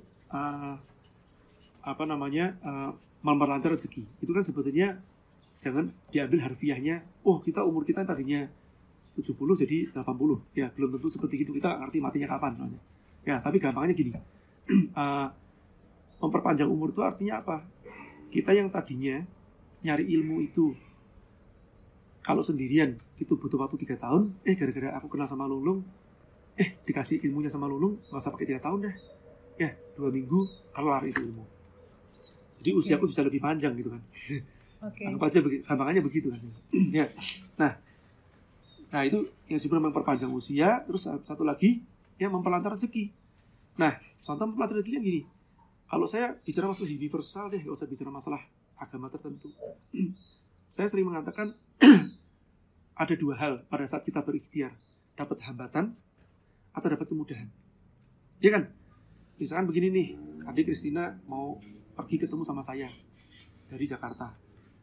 memperlancar rezeki. Itu kan sebetulnya jangan diambil harfiahnya. Oh, umur kita tadinya 70 jadi 80. Ya, belum tentu seperti itu. Kita ngerti matinya kapan soalnya. Ya, tapi gampangnya gini. Memperpanjang umur itu artinya apa? Kita yang tadinya nyari ilmu itu kalau sendirian itu butuh waktu 3 tahun, gara-gara aku kenal sama Lulung, dikasih ilmunya sama Lulung, nggak usah pakai 3 tahun deh. Ya, 2 minggu kelar itu ilmu. Jadi usiaku bisa lebih panjang gitu kan. Anggap aja gampangannya begitu kan. Ya. Nah, itu yang sebenarnya memperpanjang usia. Terus satu lagi yang memperlancar rezeki. Nah, contoh memperlancar rezeki kan gini. Kalau saya bicara masalah universal deh, nggak usah bicara masalah agama tertentu. Saya sering mengatakan ada 2 hal pada saat kita berikhtiar. Dapat hambatan atau dapat kemudahan. Ya kan? Misalkan begini nih, adik Kristina mau pergi ketemu sama saya dari Jakarta.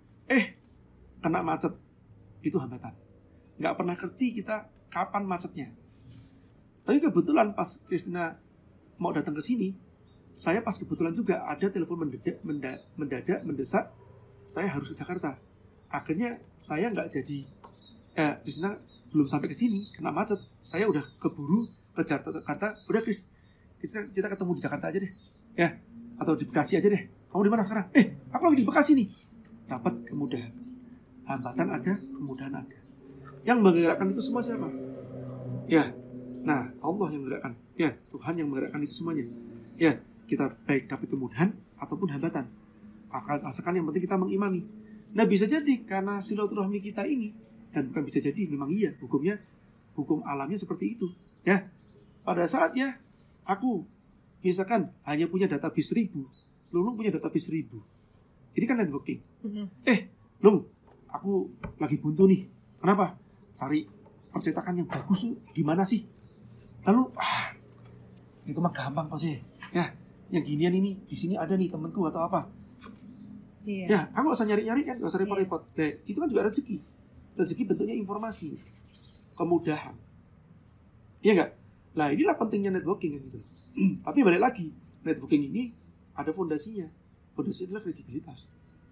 Kena macet. Itu hambatan. Nggak pernah ngerti kita kapan macetnya. Tapi kebetulan pas Christina mau datang ke sini, saya pas kebetulan juga ada telepon mendadak mendesak, saya harus ke Jakarta. Akhirnya saya nggak jadi, Christina belum sampai ke sini, kena macet. Saya udah keburu ke Jakarta. Udah Chris, kita ketemu di Jakarta aja deh, ya, atau di Bekasi aja deh. Kamu di mana sekarang? Aku lagi di Bekasi nih. Dapat kemudahan. Hambatan ada, kemudahan ada. Yang menggerakkan itu semua siapa? Ya, nah Allah yang menggerakkan. Ya, Tuhan yang menggerakkan itu semuanya. Ya, kita baik dapat kemudahan ataupun hambatan. Asalkan yang penting kita mengimani. Nah, bisa jadi karena silaturahmi kita ini, dan bukan bisa jadi, memang iya, hukum alamnya seperti itu. Ya, pada saatnya aku misalkan hanya punya database 1000, Lulung punya database 1000. Ini kan networking. Lung, aku lagi buntu nih. Kenapa? Cari percetakan yang bagus tuh di mana sih? Lalu, itu mah gampang kok sih. Ya, yang ginian ini di sini ada nih temanku atau apa. Iya. Ya, aku gak usah nyari-nyari kan, gak usah repot-repot. Itu kan juga rezeki. Rezeki bentuknya informasi, kemudahan. Iya nggak? Nah, inilah pentingnya networking kan gitu. Tapi balik lagi, networking ini ada fondasinya. Fondasinya adalah kredibilitas.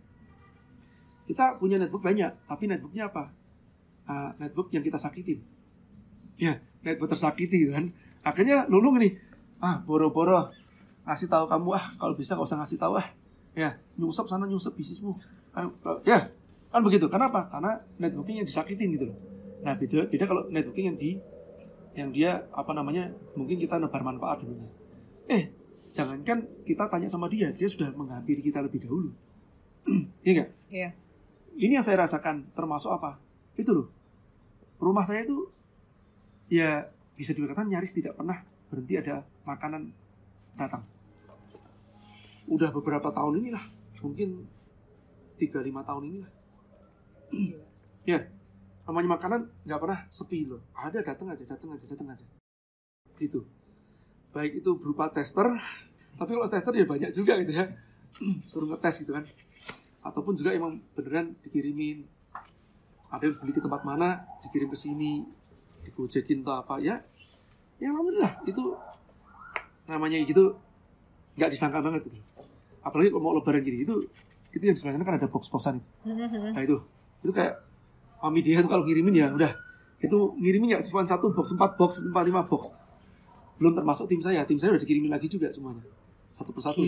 Kita punya network banyak, tapi networknya apa? Network yang kita sakitin. Ya, network tersakiti kan. Akhirnya Lulung nih, boro-boro ngasih tahu kamu, kalau bisa gak usah ngasih tahu, ya, nyusap sana nyusap bisnismu. Ya, kan begitu. Kenapa? Karena networking yang disakitin gitu loh. Nah, beda kalau networking yang dia mungkin kita nebar manfaat dulunya. Jangankan kita tanya sama dia sudah menghampiri kita lebih dahulu. Iya nggak? Iya. Ini yang saya rasakan, termasuk apa? Itu loh. Rumah saya itu, ya bisa dikatakan nyaris tidak pernah berhenti ada makanan datang. Udah beberapa tahun inilah, mungkin 3-5 tahun inilah. Ya, namanya makanan nggak pernah sepi loh. Ada, datang aja. Gitu. Baik itu berupa tester, tapi kalau tester ya banyak juga gitu ya. Suruh ngetes gitu kan. Ataupun juga emang beneran dikirimin. Ada yang beli ke tempat mana, dikirim ke sini, digojekin atau apa ya. Ya alhamdulillah, itu namanya gitu nggak disangka banget gitu. Apalagi kalau mau lebaran gini, itu yang sebenarnya kan ada box-boxan itu. Nah itu kayak mami dia tuh kalau ngirimin ya udah, itu ngirimin ya cuma 1 box, 4 box, 5 box. Belum termasuk tim saya udah dikirimin lagi juga semuanya. Satu persatu.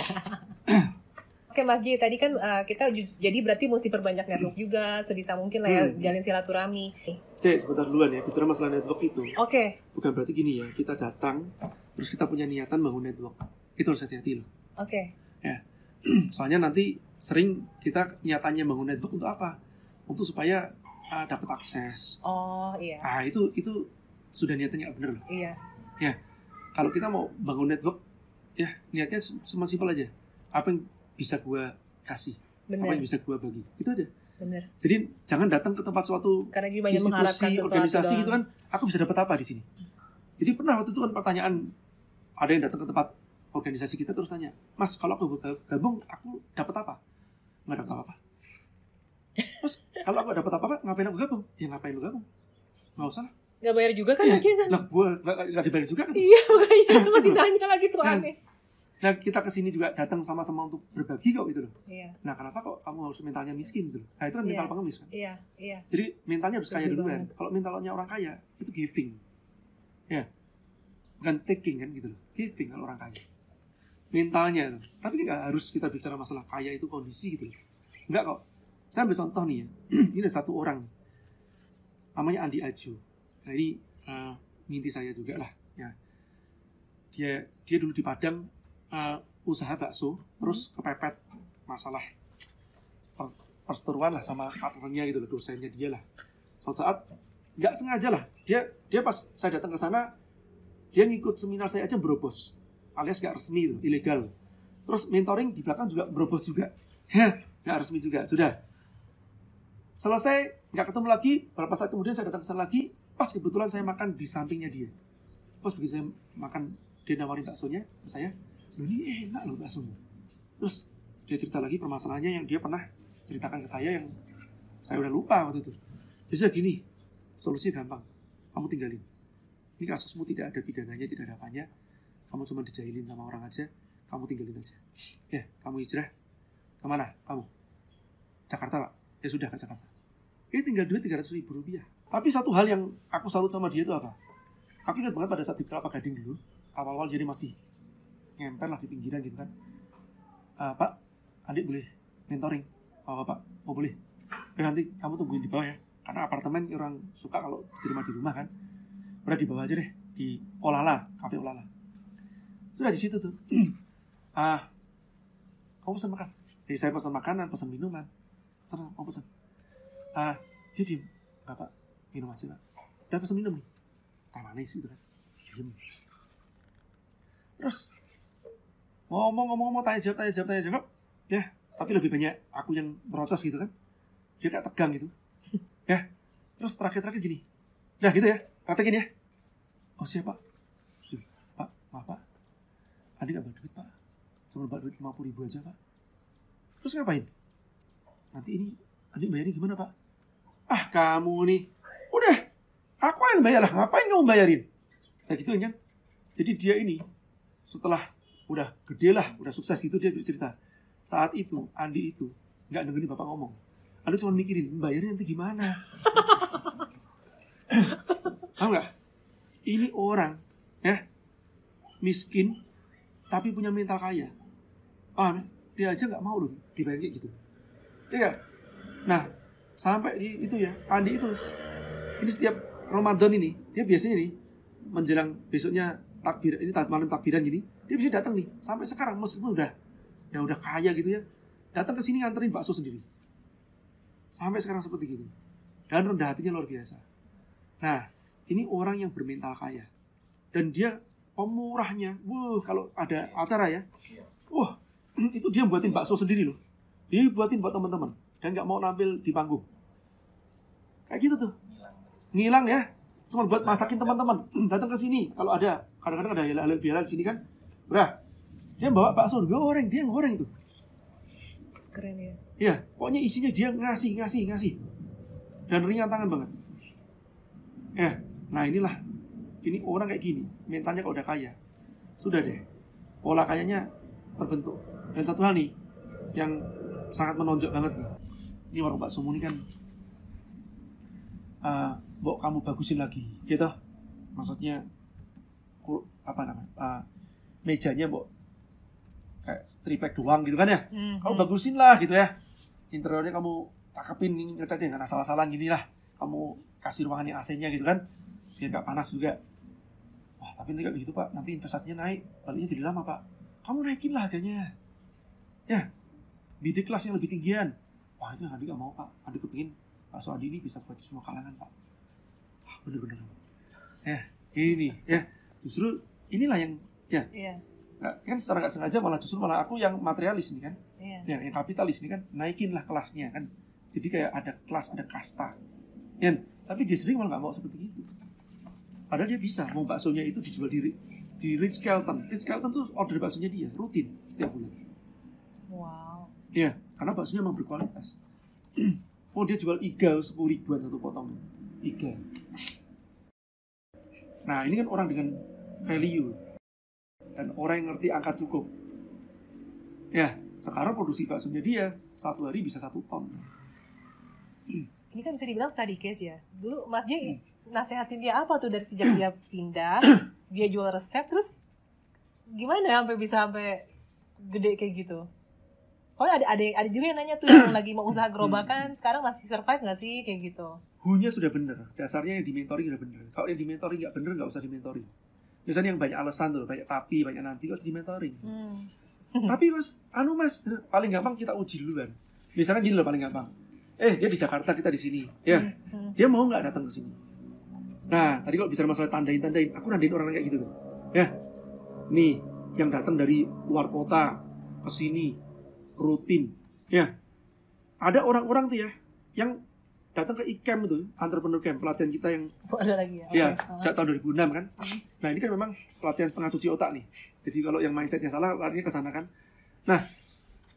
Oke Mas J, tadi kan kita jadi berarti mesti perbanyak network juga sebisa mungkin lah ya, jalin silaturahmi. Sebentar duluan ya, bicara masalah network itu. Oke. Bukan berarti gini ya, kita datang terus kita punya niatan bangun network. Itu harus hati-hati loh. Oke. Ya. Soalnya nanti sering kita niatannya bangun network untuk apa? Untuk supaya dapat akses. Oh iya. Itu sudah niatnya nggak bener loh. Iya. Ya. Kalau kita mau bangun network, ya niatnya cuma simpel aja. Apa yang bisa gue kasih, apa yang bisa gue bagi, itu aja. Bener. Jadi jangan datang ke tempat suatu institusi, organisasi gitu kan, aku bisa dapat apa di sini. Jadi pernah waktu itu kan pertanyaan, ada yang datang ke tempat organisasi kita terus tanya, Mas kalau aku gabung aku dapat apa? Nggak dapat apa-apa. Terus kalau aku dapat apa-apa, ngapain aku gabung? Ya ngapain lu gabung? Nggak usah lah. Nggak bayar juga kan? Lah gue nggak dibayar juga kan? Iya makanya masih nanya lagi tuh aneh. Nah kita kesini juga datang sama-sama untuk berbagi kok gitu loh. Iya. Nah kenapa kok kamu harus mentalnya miskin gitu loh? Nah itu kan mental pengemis kan. Iya. Jadi mentalnya harus kaya duluan. Kalau mentalnya orang kaya itu giving, ya bukan taking kan gitu loh. Giving kalau orang kaya. Mentalnya itu. Tapi nggak harus kita bicara masalah kaya itu kondisi gitu loh. Nggak kok. Saya ambil contoh nih ya. Ini ada satu orang, namanya Andi Ajo. Nah ini minti saya juga lah. Ya. Dia dulu di Padang. Usaha bakso, terus kepepet masalah perseteruan lah sama partnernya gitu loh, dosennya dia lah. Suatu saat nggak sengaja lah, dia pas saya datang ke sana, dia ngikut seminar saya aja berobos, alias nggak resmi, ilegal. Terus mentoring di belakang juga berobos juga, nggak resmi juga. Sudah selesai, nggak ketemu lagi. Beberapa saat kemudian saya datang ke sana lagi, pas kebetulan saya makan di sampingnya dia. Pas begitu saya makan, dia nawarin baksonya ke saya. Loh ini enak loh baksonya. Terus dia cerita lagi permasalahannya yang dia pernah ceritakan ke saya yang saya udah lupa waktu itu. Dia sudah gini, solusinya gampang, kamu tinggalin. Ini kasusmu tidak ada pidananya, tidak ada apanya, kamu cuma dijahilin sama orang aja, kamu tinggalin aja. Ya, kamu hijrah kemana? Kamu? Jakarta, Pak. Ya sudah, ke Jakarta. Ini tinggal duit 300.000 rupiah. Tapi satu hal yang aku salut sama dia itu apa? Aku ingat banget pada saat di Kelapa Gading dulu, awal-awal jadi masih ngemper lah di pinggiran gitu kan. Pak, adik boleh mentoring? Oh, Pak, mau boleh. Nanti kamu tungguin di bawah ya. Karena apartemen orang suka kalau diterima di rumah kan. Udah di bawah aja deh, di Olala, Cafe Olala. Sudah di situ tuh. Kamu pesan makan. Jadi saya pesan makanan, pesan minuman. Sana, kamu pesan. Dia diem. Bapak, minum aja, Pak. Udah pesan minum nih. Teh manis gitu kan. Diem. Terus ngomong, tanya jawab. Ya, tapi lebih banyak aku yang merocos gitu kan. Dia kayak tegang gitu. Ya, terus terakhir gini. Udah gitu ya, katakin ya. Oh siapa? Pak, maaf Pak. Adik gak bawa duit Pak. Cuma bawa duit 50.000 aja Pak. Terus ngapain? Nanti ini adik bayarin gimana Pak? Kamu nih. Udah, aku yang bayar lah. Ngapain kamu bayarin? Saya gituin kan. Jadi dia ini setelah udah gede lah, udah sukses gitu dia cerita. Saat itu, Andi itu gak dengerin bapak ngomong. Andi cuma mikirin, bayarnya nanti gimana? Tahu gak? Ini orang, ya, miskin, tapi punya mental kaya. Dia aja gak mau loh dibayar kayak gitu. Iya. Nah, sampai di itu ya, Andi itu, ini setiap Ramadan ini, dia biasanya nih, menjelang besoknya takbir, ini malam takbiran gini, dia bisa datang nih, sampai sekarang meskipun udah kaya gitu ya, datang ke sini nganterin bakso sendiri. Sampai sekarang seperti gitu. Dan rendah hatinya luar biasa. Nah, ini orang yang bermental kaya. Dan dia pemurahnya, kalau ada acara ya, itu dia buatin bakso sendiri loh. Dia buatin buat teman-teman. Dan gak mau nampil di panggung. Kayak gitu tuh. Ngilang ya. Cuma buat masakin teman-teman. Datang ke sini. Kalau ada, kadang-kadang ada halal bihalal di sini kan. Udah. Dia bawa bakso, dia goreng itu. Keren ya. Iya, pokoknya isinya dia ngasih. Dan ringan tangan banget. Ya, nah inilah. Ini orang kayak gini. Mentalnya kalau udah kaya. Sudah deh. Pola kayanya terbentuk. Dan satu hal nih. Yang sangat menonjol banget nih. Ini warung bakso ini kan. Mbok kamu bagusin lagi. Gitu. Maksudnya. Mejanya mbok. Kayak triplek doang gitu kan ya. Kamu bagusin lah gitu ya. Interiornya kamu cakepin, ini ngecatnya nggak salah-salah gini lah. Kamu kasih ruangan yang AC-nya gitu kan. Biar nggak panas juga. Wah tapi nanti kayak gitu Pak. Nanti investasinya naik. Baliknya jadi lama Pak. Kamu naikin lah harganya. Ya. Bidik kelas yang lebih tinggian. Wah itu yang Andi nggak mau Pak. Andi kepingin bakso Andi ini bisa buat semua kalangan Pak. Wah bener-bener. Ya ini ya. Justru inilah yang ya. Iya. Nah, kan secara nggak sengaja malah aku yang materialis nih kan, ya, yang kapitalis nih kan, naikin lah kelasnya kan, jadi kayak ada kelas, ada kasta, ya. Tapi dia sendiri malah nggak mau seperti itu. Padahal dia bisa, mau baksonya itu dijual di Ritz Carlton. Ritz Carlton tuh order baksonya dia rutin setiap bulan. Wow. Ya, karena baksonya memang berkualitas. Dia jual iga 10.000-an satu potong iga. Nah ini kan orang dengan value. Dan orang yang ngerti angka cukup. Ya, sekarang produksi baksonya dia 1 hari bisa 1 ton. Ini kan bisa dibilang study case ya. Dulu Mas J nasehatin dia apa tuh dari sejak dia pindah, dia jual resep, terus gimana sampai bisa sampai gede kayak gitu? Soalnya ada juga yang nanya tuh yang lagi mau usaha gerobakan, sekarang masih survive nggak sih kayak gitu? Hunya sudah bener, dasarnya yang di-mentoring sudah bener. Kalau yang di-mentoring nggak bener, nggak usah di-mentoring. Misalnya yang banyak alasan tuh, banyak tapi, banyak nanti, kok di mentoring. Tapi mas, paling gampang kita uji duluan. Misalnya gini loh paling gampang. Dia di Jakarta, kita di sini. Ya, dia mau nggak datang ke sini? Nah, tadi kalau bicara masalah tandain, aku nandain orang kayak gitu tuh. Ya, nih, yang datang dari luar kota ke sini rutin. Ya, ada orang-orang tuh ya, yang datang ke ICAM itu, entrepreneur camp, pelatihan kita yang ada lagi ya. Ya, sejak tahun 2006 kan. Nah, ini kan memang pelatihan setengah cuci otak nih. Jadi kalau yang mindsetnya salah, larinya ke sana kan. Nah,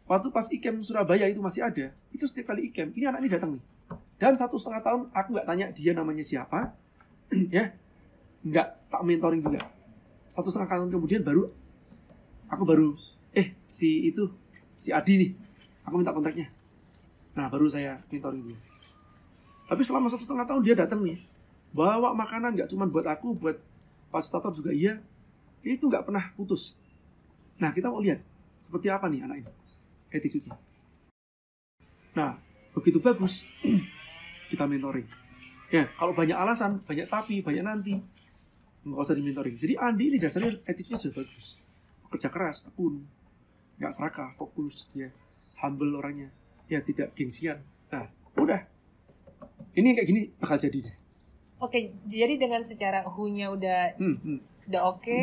waktu pas IKEM Surabaya itu masih ada, itu setiap kali IKEM, ini anak ini datang nih. Dan 1,5 tahun aku nggak tanya dia namanya siapa, ya, nggak tak mentoring juga. 1,5 tahun kemudian aku baru si Adi nih, aku minta kontaknya. Nah, baru saya mentoring dia. Tapi selama 1,5 tahun dia datang nih, bawa makanan nggak cuma buat aku, buat fasilitator juga iya. Itu nggak pernah putus. Nah, kita mau lihat seperti apa nih anak ini, attitude-nya. Nah, begitu bagus, kita mentoring. Ya, kalau banyak alasan, banyak tapi, banyak nanti, nggak usah di mentoring. Jadi Andi ini dasarnya attitude-nya sudah bagus. Kerja keras, tekun, nggak serakah, fokus, dia humble orangnya, ya tidak gengsian. Nah, udah. Ini kayak gini bakal jadi deh. Oke, jadi dengan secara who-nya udah oke.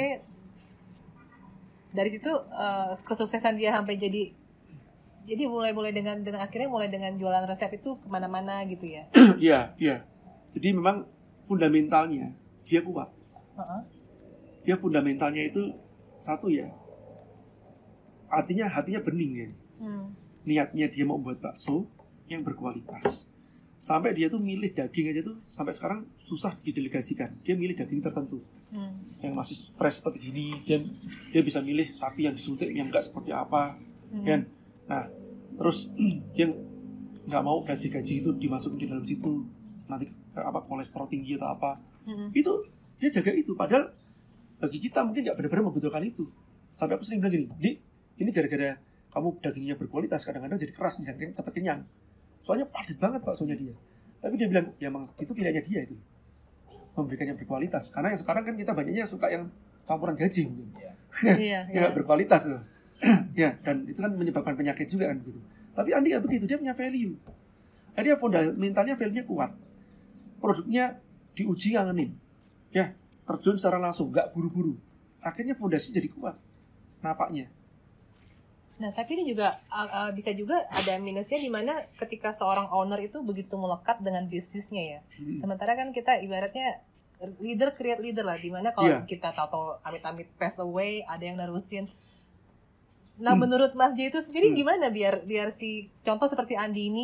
Dari situ kesuksesan dia sampai jadi mulai dengan akhirnya mulai dengan jualan resep itu kemana-mana gitu ya. Iya. Jadi memang fundamentalnya dia kuat. Dia fundamentalnya itu satu ya. Hatinya bening ya. Niatnya dia mau buat bakso yang berkualitas. Sampai dia tuh milih daging aja tuh sampai sekarang susah didelegasikan. Dia milih daging tertentu. Yang masih fresh seperti gini, dia bisa milih sapi yang disuntik yang enggak seperti apa. Kan? Nah, terus dia nggak mau gaji-gaji itu dimasukin di dalam situ. Nanti kolesterol tinggi atau apa. Itu dia jaga itu. Padahal bagi kita mungkin nggak benar-benar membutuhkan itu. Sampai aku sering bilang gini, ini gara-gara kamu dagingnya berkualitas, kadang-kadang jadi keras, misalnya cepat kenyang. Soalnya padat banget baksonya dia. Tapi dia bilang, ya emang itu pilihannya dia itu. Memberikan yang berkualitas. Karena yang sekarang kan kita banyaknya suka yang campuran gaji mungkin. Yang berkualitas loh. Ya, dan itu kan menyebabkan penyakit juga kan gitu. Tapi Andi nggak begitu, dia punya value. Nah, dia fundamentalnya value-nya kuat. Produknya diuji ngangenin. Ya, terjun secara langsung, nggak buru-buru. Akhirnya fondasi jadi kuat. Napaknya. Nah, tapi ini juga bisa juga ada minusnya di mana ketika seorang owner itu begitu melekat dengan bisnisnya ya. Sementara kan kita ibaratnya leader create leader lah, di mana kalau kita tahu amit-amit pass away, ada yang nerusin. Nah, menurut Mas J itu sendiri gimana biar si contoh seperti Andi ini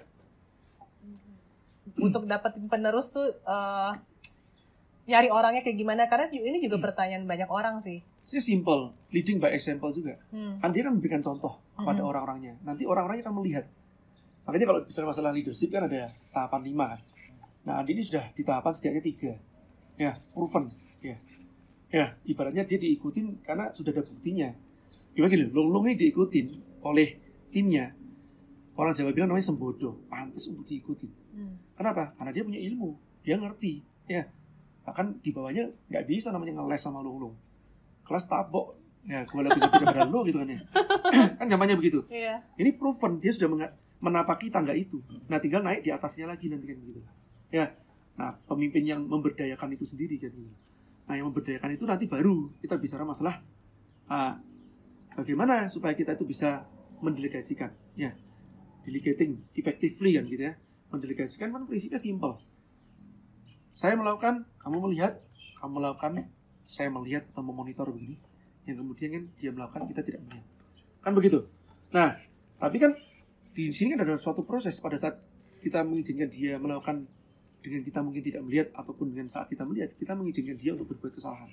untuk dapetin penerus tuh nyari orangnya kayak gimana? Karena ini juga pertanyaan banyak orang sih. Itu simple, leading by example juga. Kan dia kan memberikan contoh kepada orang-orangnya. Nanti orang-orangnya akan melihat. Makanya kalau bicara masalah leadership kan ada tahapan 5 kan. Nah, Andi ini sudah di tahapan setidaknya 3. Ya, proven. Ya, ibaratnya dia diikutin karena sudah ada buktinya. Gimana gini, Long ini diikutin oleh timnya. Orang Jawa bilang namanya sembodo, pantas untuk diikutin. Kenapa? Karena dia punya ilmu, dia ngerti. Ya, bahkan di bawahnya nggak bisa namanya ngeles sama Long. Kelas tabok, ya gue lebih daripada lo gitu kan ya. Kan zamannya begitu. Ini proven, dia sudah menapaki tangga itu. Nah, tinggal naik di atasnya lagi nanti kan gitu. Ya, nah pemimpin yang memberdayakan itu sendiri jadi. Nah, yang memberdayakan itu nanti baru kita bicara masalah bagaimana supaya kita itu bisa mendelegasikan, ya, delegating effectively kan gitu ya. Mendelegasikan kan prinsipnya simple. Saya melakukan, kamu melihat, kamu melakukan, saya melihat atau memonitor begini, yang kemudian kan dia melakukan, kita tidak melihat, kan begitu. Nah, tapi kan di sini kan ada suatu proses pada saat kita mengizinkan dia melakukan dengan kita mungkin tidak melihat, ataupun dengan saat kita melihat, kita mengizinkan dia untuk berbuat kesalahan.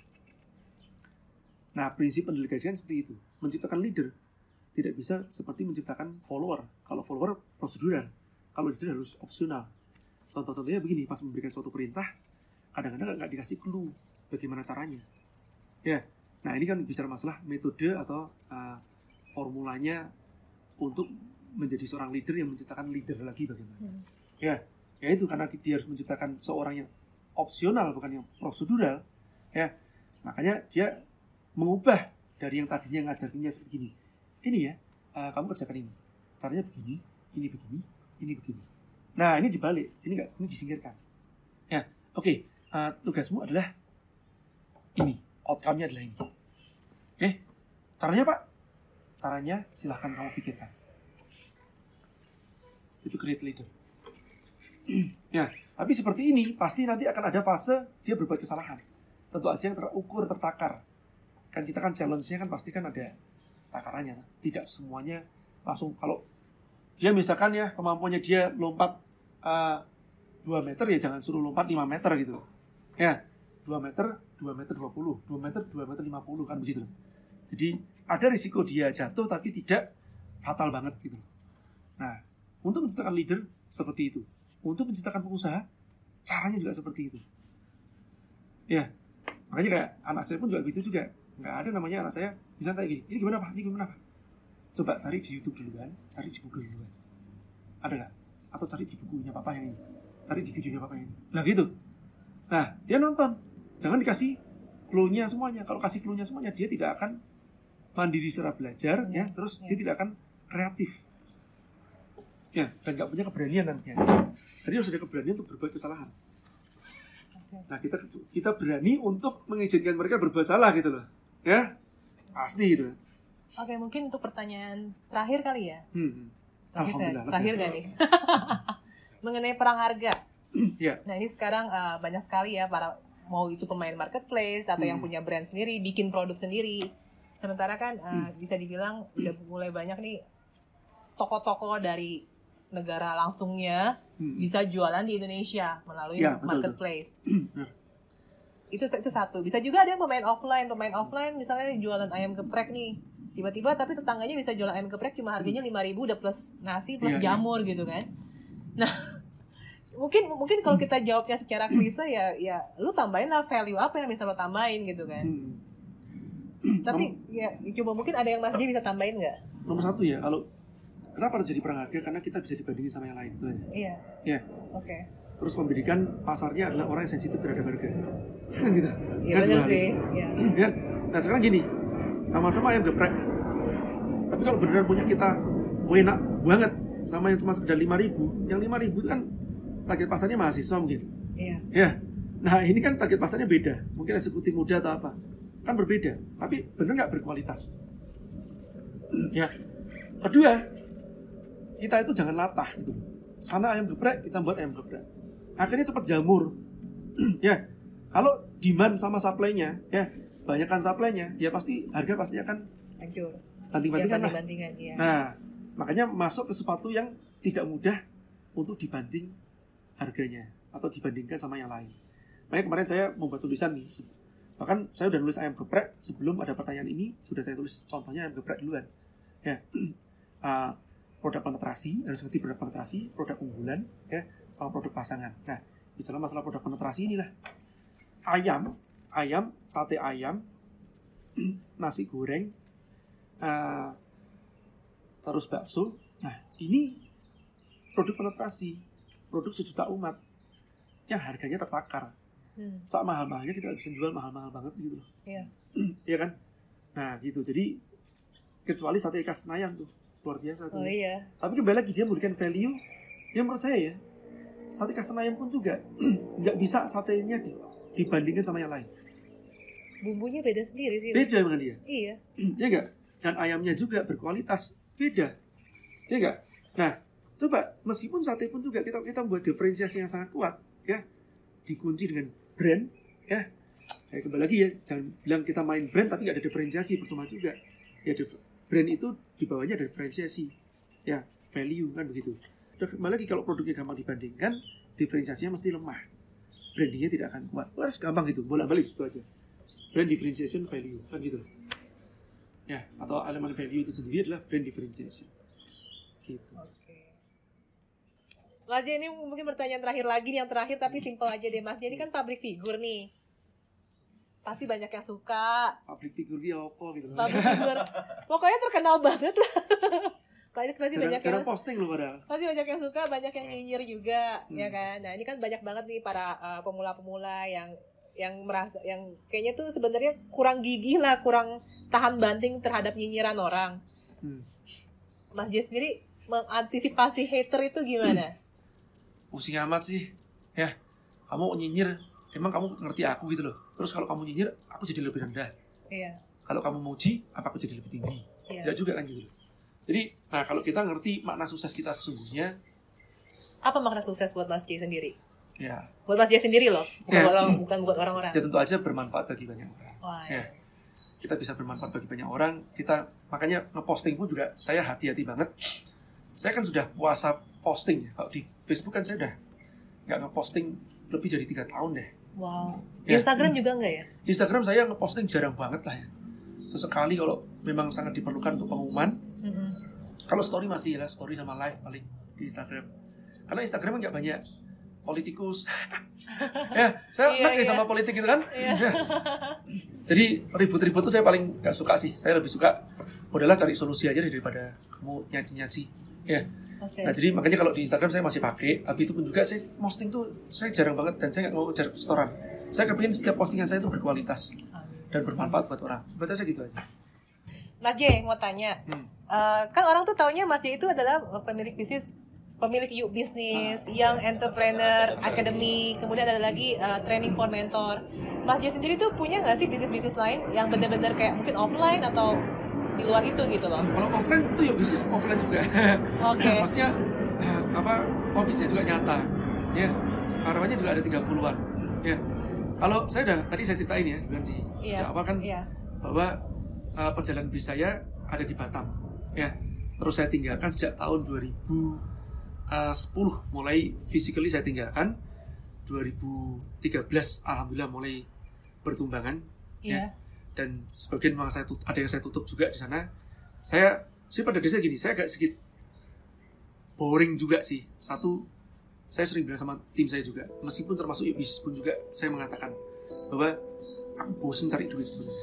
Nah, prinsip pendelegasian seperti itu. Menciptakan leader tidak bisa seperti menciptakan follower. Kalau follower prosedural, kalau leader harus opsional. Contoh-contohnya begini, pas memberikan suatu perintah, kadang-kadang nggak dikasih clue bagaimana caranya. Ya, nah ini kan bicara masalah metode atau formulanya untuk menjadi seorang leader yang menciptakan leader lagi bagaimana. Ya itu karena dia harus menciptakan seorang yang opsional bukan yang prosedural. Ya, makanya dia mengubah dari yang tadinya ngajarinnya seperti gini. Ini ya, kamu kerjakan ini. Caranya begini, ini begini, ini begini. Nah, ini dibalik, ini disingkirkan. Ya, oke. Tugasmu adalah ini, outcome-nya adalah ini. Oke, caranya Pak? Caranya silahkan kamu pikirkan. Itu create leader. Ya, tapi seperti ini pasti nanti akan ada fase dia berbuat kesalahan. Tentu aja yang terukur, tertakar. Kan kita kan challenge-nya kan pasti kan ada takarannya. Tidak semuanya langsung kalau dia misalkan ya kemampuannya dia lompat 2 meter ya jangan suruh lompat 5 meter gitu. Ya, 2 meter 20, 2 meter 50 kan begitu. Jadi ada risiko dia jatuh tapi tidak fatal banget gitu. Nah, untuk menciptakan leader seperti itu. Untuk menciptakan pengusaha caranya juga seperti itu. Ya, makanya kayak anak saya pun juga gitu juga. Nggak ada namanya anak saya bisa kayak gini. Ini gimana Pak? Ini gimana Pak? Coba cari di YouTube dulu kan, cari di Google dulu kan. Ada nggak? Atau cari di bukunya Papa yang ini. Cari di videonya Papa yang ini. Nah gitu. Nah, dia nonton. Jangan dikasih clue-nya semuanya. Kalau kasih clue-nya semuanya, dia tidak akan mandiri secara belajar, ya. Terus dia tidak akan kreatif. Ya, dan nggak punya keberanian nantinya. Jadi harus ada keberanian untuk berbuat kesalahan. Nah, kita berani untuk mengizinkan mereka berbuat salah gitu loh. Ya, pasti gitu. Oke, mungkin untuk pertanyaan terakhir kali ya. Terakhir gak nih? Mengenai perang harga. Ya. Nah, ini sekarang banyak sekali ya para mau itu pemain marketplace atau yang punya brand sendiri, bikin produk sendiri. Sementara kan bisa dibilang udah mulai banyak nih toko-toko dari negara langsungnya bisa jualan di Indonesia melalui marketplace. Itu satu. Bisa juga ada yang pemain offline misalnya jualan ayam geprek nih. Tiba-tiba tapi tetangganya bisa jualan ayam geprek cuma harganya 5.000 udah plus nasi plus jamur gitu kan. Nah, mungkin kalau kita jawabnya secara klise ya lu tambahin lah value apa yang bisa lo tambahin gitu kan. Tapi ya coba mungkin ada yang Mas J bisa tambahin nggak? Nomor 1 ya, kalau kenapa harus jadi perang harga? Karena kita bisa dibandingin sama yang lain itu aja. Iya. Ya. Oke. Terus membidikan pasarnya adalah orang yang sensitif terhadap harga. Gitu. Iya benar sih. Iya. Ya. Nah sekarang gini, sama-sama ayam geprek. Tapi kalau beneran punya kita enak banget sama yang cuma sekedar 5.000, yang 5.000 itu kan target pasarnya mahasiswa mungkin. Iya. Ya. Nah ini kan target pasarnya beda. Mungkin eksekutif muda atau apa. Kan berbeda. Tapi bener nggak berkualitas. Ya. Kedua, kita itu jangan latah gitu. Sana ayam geprek, kita buat ayam geprek. Akhirnya cepat jamur. Ya. Kalau demand sama supply-nya, ya, banyakkan supply-nya, ya pasti harga pasti akan hancur. Banting-bantingan lah. Ya. Nah, makanya masuk ke sepatu yang tidak mudah untuk dibanding harganya atau dibandingkan sama yang lain. Makanya kemarin saya membuat tulisan nih. Bahkan saya udah nulis ayam geprek sebelum ada pertanyaan ini, sudah saya tulis contohnya ayam geprek duluan. Ya. Produk penetrasi, harus ngerti produk penetrasi, produk unggulan, ya, sama produk pasangan. Nah, bicara masalah produk penetrasi inilah. Ayam, sate ayam, nasi goreng, terus bakso. Nah, ini produk penetrasi, produk sejuta umat yang harganya tertakar. Saat mahal-mahalnya kita bisa jual mahal-mahal banget gitu loh. Iya. Iya kan? Nah, gitu. Jadi kecuali sate ikas Senayan tuh luar biasa tuh. Oh iya. Tapi kembali lagi dia memberikan value yang menurut saya ya, sate ikas Senayan pun juga nggak bisa satenya dibandingkan sama yang lain. Bumbunya beda sendiri sih. Beda dengan dia. Iya. Iya nggak? Dan ayamnya juga berkualitas beda. Iya nggak? Nah, coba meskipun sate pun juga kita membuat diferensiasi yang sangat kuat, ya, dikunci dengan brand, ya. Saya kembali lagi ya, jangan bilang kita main brand tapi nggak ada diferensiasi, percuma juga. Ya, brand itu di bawahnya ada diferensiasi, ya, value kan begitu. Dan kembali lagi kalau produknya gampang dibandingkan, diferensiasinya mesti lemah, brandingnya tidak akan kuat. Harus gampang gitu, bolak-balik situ aja. Brand differentiation value kan gitu. Ya, atau elemen value itu sendiri adalah brand differentiation. Gitu. Oke. Mas J, ini mungkin pertanyaan terakhir lagi nih, yang terakhir tapi simpel aja deh. Mas J ini kan public figure nih. Pasti banyak yang suka. Public figure dia apa gitu. Public figure. Pokoknya terkenal banget lah. Pasti banyak jarang yang posting loh padahal. Pasti banyak yang suka, banyak yang nyinyir juga, ya kan. Nah, ini kan banyak banget nih para pemula-pemula yang merasa yang kayaknya tuh sebenarnya kurang gigih lah, kurang tahan banting terhadap nyinyiran orang. Mas J sendiri mengantisipasi hater itu gimana? Pusing amat sih. Ya, kamu nyinyir, emang kamu ngerti aku gitu loh. Terus kalau kamu nyinyir, aku jadi lebih rendah. Iya. Kalau kamu muji, apa aku jadi lebih tinggi? Iya. Tidak juga kan gitu. Jadi, nah kalau kita ngerti makna sukses kita sesungguhnya, apa makna sukses buat Mas J sendiri? Ya. Buat Mas J sendiri loh, bukan buat orang-orang. Ya tentu aja bermanfaat bagi banyak orang. Wah, ya. kita bisa bermanfaat bagi banyak orang. Kita makanya ngeposting pun juga saya hati-hati banget. Saya kan sudah puasa posting ya. Kalau di Facebook kan saya udah nggak ngeposting lebih dari 3 tahun deh. Wow. Ya. Instagram juga nggak ya? Instagram saya ngeposting jarang banget lah ya. Sesekali kalau memang sangat diperlukan untuk pengumuman. Kalau story masih lah, story sama live paling di Instagram. Karena Instagram nggak banyak politikus. Ya, saya ngerti sama politik gitu kan. Ya. Jadi ribut-ribut tuh saya paling nggak suka sih. Saya lebih suka udahlah cari solusi aja deh daripada kamu nyaci-nyaci. Ya. Okay. Nah jadi makanya kalau di Instagram saya masih pakai, tapi itu pun juga saya posting tuh saya jarang banget dan saya nggak mau ngejar setoran. Saya kepingin setiap postingan saya itu berkualitas dan bermanfaat buat orang. Berarti saya gitu aja. Mas J mau tanya, kan orang tuh taunya Mas J itu adalah pemilik bisnis, pemilik Yuk Bisnis, Young Entrepreneur Academy, kemudian ada lagi Training for Mentor. Mas J sendiri tuh punya nggak sih bisnis-bisnis lain yang benar-benar kayak mungkin offline atau di luar itu gitu loh? Kalau offline tuh ya bisnis offline juga. Oke. Maksudnya office-nya juga nyata. Ya. Karyawannya juga ada 30-an. Ya. Kalau saya tadi saya ceritain ya di sejak awal kan bahwa perjalanan bisnis saya ada di Batam. Ya. Terus saya tinggalkan sejak tahun 2010 mulai physically saya tinggalkan. 2013 alhamdulillah mulai bertumbangan. Ya. Dan sebagian memang ada yang saya tutup juga di sana. Saya pada dasarnya gini, saya agak sedikit boring juga sih. Satu, saya sering bilang sama tim saya juga, meskipun termasuk bisnis pun juga saya mengatakan bahwa aku bosen cari duit sebenarnya.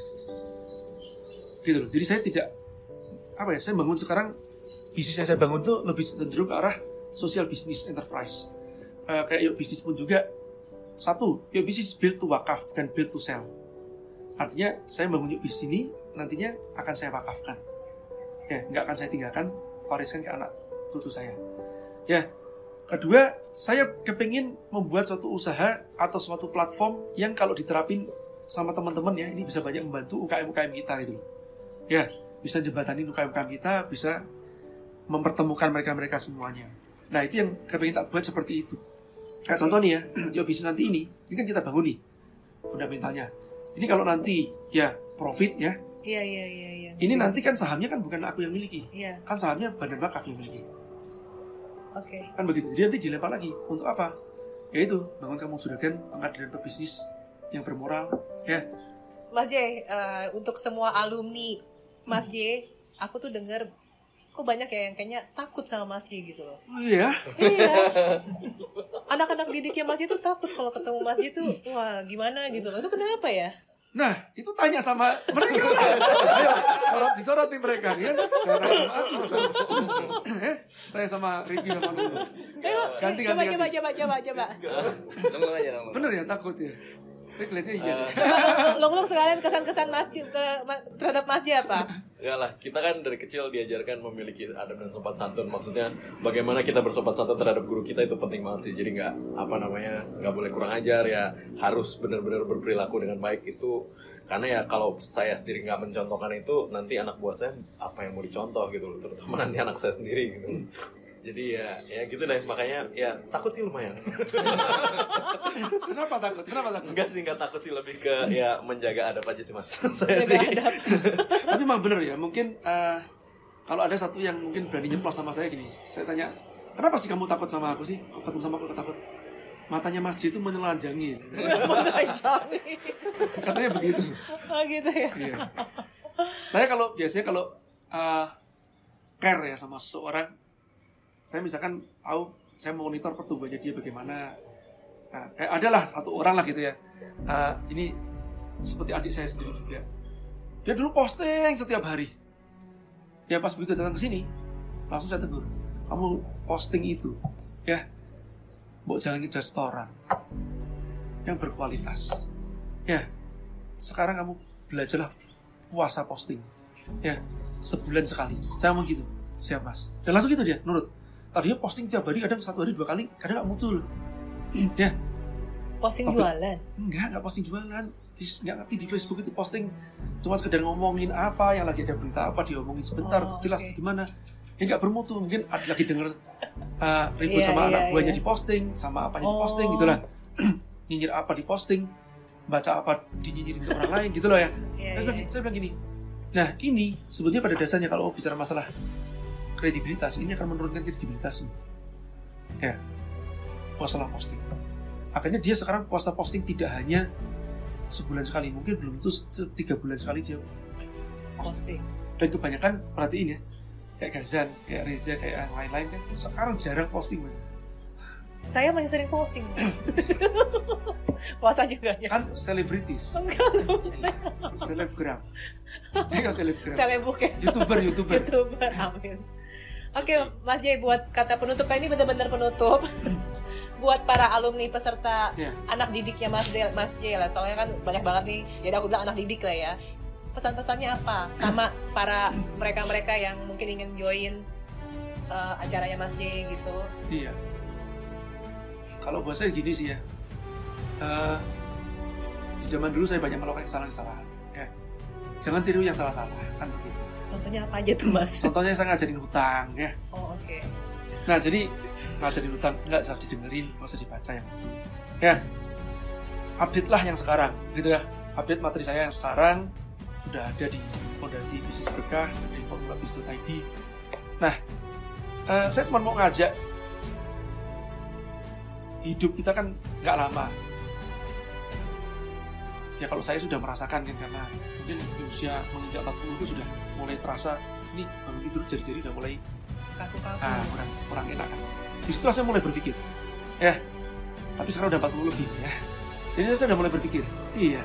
Gitu loh. Jadi saya tidak saya bangun sekarang bisnis yang saya bangun tuh lebih cenderung ke arah social business enterprise. Kayak Yuk Bisnis pun juga satu, Yuk Bisnis build to wakaf dan build to sell. Artinya saya bangun Yuk Bisnis ini nantinya akan saya wakafkan. Ya, nggak akan saya tinggalkan, wariskan ke anak cucu saya. Ya, kedua, saya kepingin membuat suatu usaha atau suatu platform yang kalau diterapin sama teman-teman ya, ini bisa banyak membantu UKM-UKM kita gitu. Ya, bisa jembatanin UKM-UKM kita, bisa mempertemukan mereka-mereka semuanya. Nah, itu yang kepingin tak buat seperti itu. Kayak contoh nih ya, Yuk Bisnis nanti ini kan kita bangun nih fundamentalnya. Ini kalau nanti ya profit ya. Iya. Ini nanti kan sahamnya kan bukan aku yang miliki. Iya. Kan sahamnya Badan Wakaf yang miliki. Oke. Kan begitu. Jadi nanti dilempar lagi untuk apa? Yaitu bangun kamu juragan pengadilan pebisnis yang bermoral ya. Mas J, untuk semua alumni Mas J, aku tuh dengar kok banyak ya yang kayaknya takut sama Mas J gitu loh. Oh iya. Iya. Anak-anak didiknya Mas J tuh takut kalau ketemu Mas J tuh wah gimana gitu loh. Itu kenapa ya? Nah, itu tanya sama mereka lah. Ayo, disorotin mereka ya. Jangan tanya sama aku juga. Tanya sama Ricky sama Nunu. Ganti. Coba. Ngomong aja. Bener ya takut ya. Tapi kelihatannya iya. Coba sekalian kesan-kesan Mas J terhadap Mas J apa? Enggak lah, kita kan dari kecil diajarkan memiliki adab dan sopan santun. Maksudnya bagaimana kita bersopan santun terhadap guru kita itu penting banget sih. Jadi nggak boleh kurang ajar ya. Harus benar-benar berperilaku dengan baik itu. Karena ya kalau saya sendiri nggak mencontohkan itu, nanti anak buah saya apa yang mau dicontoh gitu loh. Terutama nanti anak saya sendiri gitu. Jadi ya gitu deh, makanya ya takut sih lumayan. Kenapa takut? Enggak sih, enggak takut sih, lebih ke ya menjaga adab aja sih Mas. Saya sih. Tapi memang bener ya, mungkin kalau ada satu yang mungkin berani nyeplos sama saya gini, saya tanya, kenapa sih kamu takut sama aku sih? Kok ketemu sama aku takut? Matanya Mas J itu menelanjangi. Menelanjangi. Katanya begitu. Oh gitu ya. Iya. Saya biasanya kalau care ya sama seseorang, saya misalkan tahu saya monitor pertumbuhannya dia bagaimana. Nah, kayak adalah satu orang lah gitu ya. Ini seperti adik saya sendiri juga. Dia dulu posting setiap hari. Ya pas begitu datang ke sini, langsung saya tegur. Kamu posting itu, ya, jangan ngejar setoran yang berkualitas. Ya, sekarang kamu belajarlah puasa posting. Ya, sebulan sekali. Saya ngomong gitu. Siap Mas. Dan langsung gitu dia, nurut. Tadinya posting tiap hari, kadang 1 hari 2 kali, kadang nggak mutul. Ya. Posting jualan? Enggak posting jualan. Nggak ngerti di Facebook itu posting cuma sekedar ngomongin apa, yang lagi ada berita apa, diomongin sebentar, jelas gimana. Ya nggak bermutu, mungkin ada lagi denger ribut sama anak buahnya diposting, sama apanya diposting, gitulah. Nyinyir apa diposting. baca apa dinyinyirin ke orang lain gitu loh ya. Saya bilang gini, nah ini sebetulnya pada dasarnya kalau bicara masalah kredibilitas, ini akan menurunkan kredibilitasmu. Ya, masalah posting. Akhirnya dia sekarang posting tidak hanya sebulan sekali, mungkin belum tentu 3 bulan sekali dia posting. Dan kebanyakan perhatiin ya, kayak Gazan, kayak Reza, kayak yang lain-lain kan sekarang jarang posting. Saya masih sering posting. Puasa juga ya. Kan selebritis. Selebgram. Kayak selebgram. Selebuk ya. YouTuber. Amin. Oke, Mas J, buat kata penutup ini benar-benar penutup. Buat para alumni peserta anak didiknya Mas J lah. Soalnya kan banyak banget nih. Jadi aku bilang anak didik lah ya. Pesan-pesannya apa? Sama para mereka-mereka yang mungkin ingin join acaranya Mas J gitu. Iya. Kalau buat saya gini sih ya, di zaman dulu saya banyak melakukan kesalahan-kesalahan. Ya. Jangan tiru yang salah-salah, kan begitu. Contohnya apa aja tuh Mas? Contohnya saya ngajarin hutang ya. Oh oke. Nah jadi ngajarin hutang nggak usah didengerin, nggak usah dibaca yang itu. Ya, update lah yang sekarang, gitu ya. Update materi saya yang sekarang sudah ada di Fondasi Bisnis Berkah, di formulabisnis.id. Nah, saya cuma mau ngajak, hidup kita kan nggak lama. Ya kalau saya sudah merasakan kan, karena mungkin di usia menginjak 40 itu sudah mulai terasa ini bangun tidur jari-jari udah mulai kaku-kaku. kurang enak kan. Di situ saya mulai berpikir, ya tapi sekarang udah 40 lebih ya. Jadi saya udah mulai berpikir, iya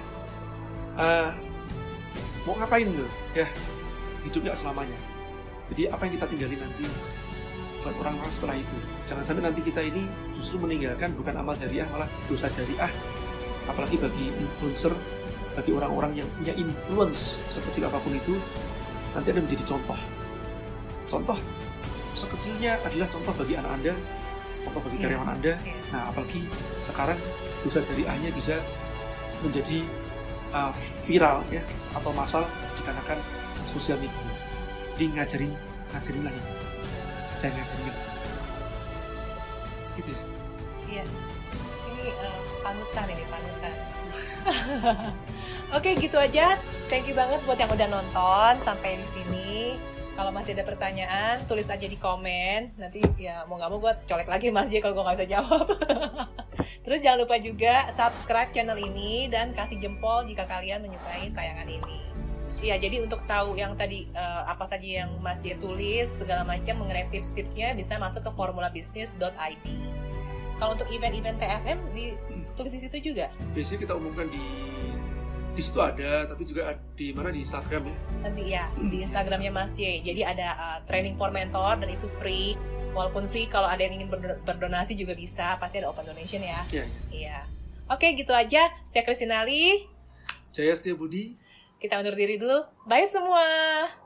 mau ngapain loh ya, hidup nggak selamanya. Jadi apa yang kita tinggalin nanti buat orang-orang setelah itu. Jangan sampai nanti kita ini justru meninggalkan bukan amal jariah, malah dosa jariah. Apalagi bagi influencer, bagi orang-orang yang punya influence sekecil apapun itu, nanti akan menjadi contoh. Contoh sekecilnya adalah contoh bagi anak Anda, contoh bagi karyawan Anda. Nah, apalagi sekarang dosa jariahnya bisa menjadi viral ya, atau massal dikarenakan sosial media. Jadi ngajarin lah ya. Jangan ngajarin yang gitu ya. Iya. Ini panutan. Oke, gitu aja. Thank you banget buat yang udah nonton sampai di sini. Kalau masih ada pertanyaan, tulis aja di komen. Nanti ya mau nggak mau gue colek lagi Mas J kalau gue nggak bisa jawab. Terus jangan lupa juga subscribe channel ini dan kasih jempol jika kalian menyukai tayangan ini. Iya, jadi untuk tahu yang tadi apa saja yang Mas J tulis segala macam mengenai tips-tipsnya bisa masuk ke formulabisnis.id. Kalau untuk event-event TFM ditulis di situ juga? Biasanya kita umumkan di situ ada, tapi juga di mana, di Instagram ya. Nanti ya di Instagramnya Mas J. Jadi ada training for mentor dan itu free. Walaupun free, kalau ada yang ingin berdonasi juga bisa. Pasti ada open donation ya. Iya. Oke, gitu aja. Saya Kristinali. Jaya Setia Budi. Kita undur diri dulu. Bye semua.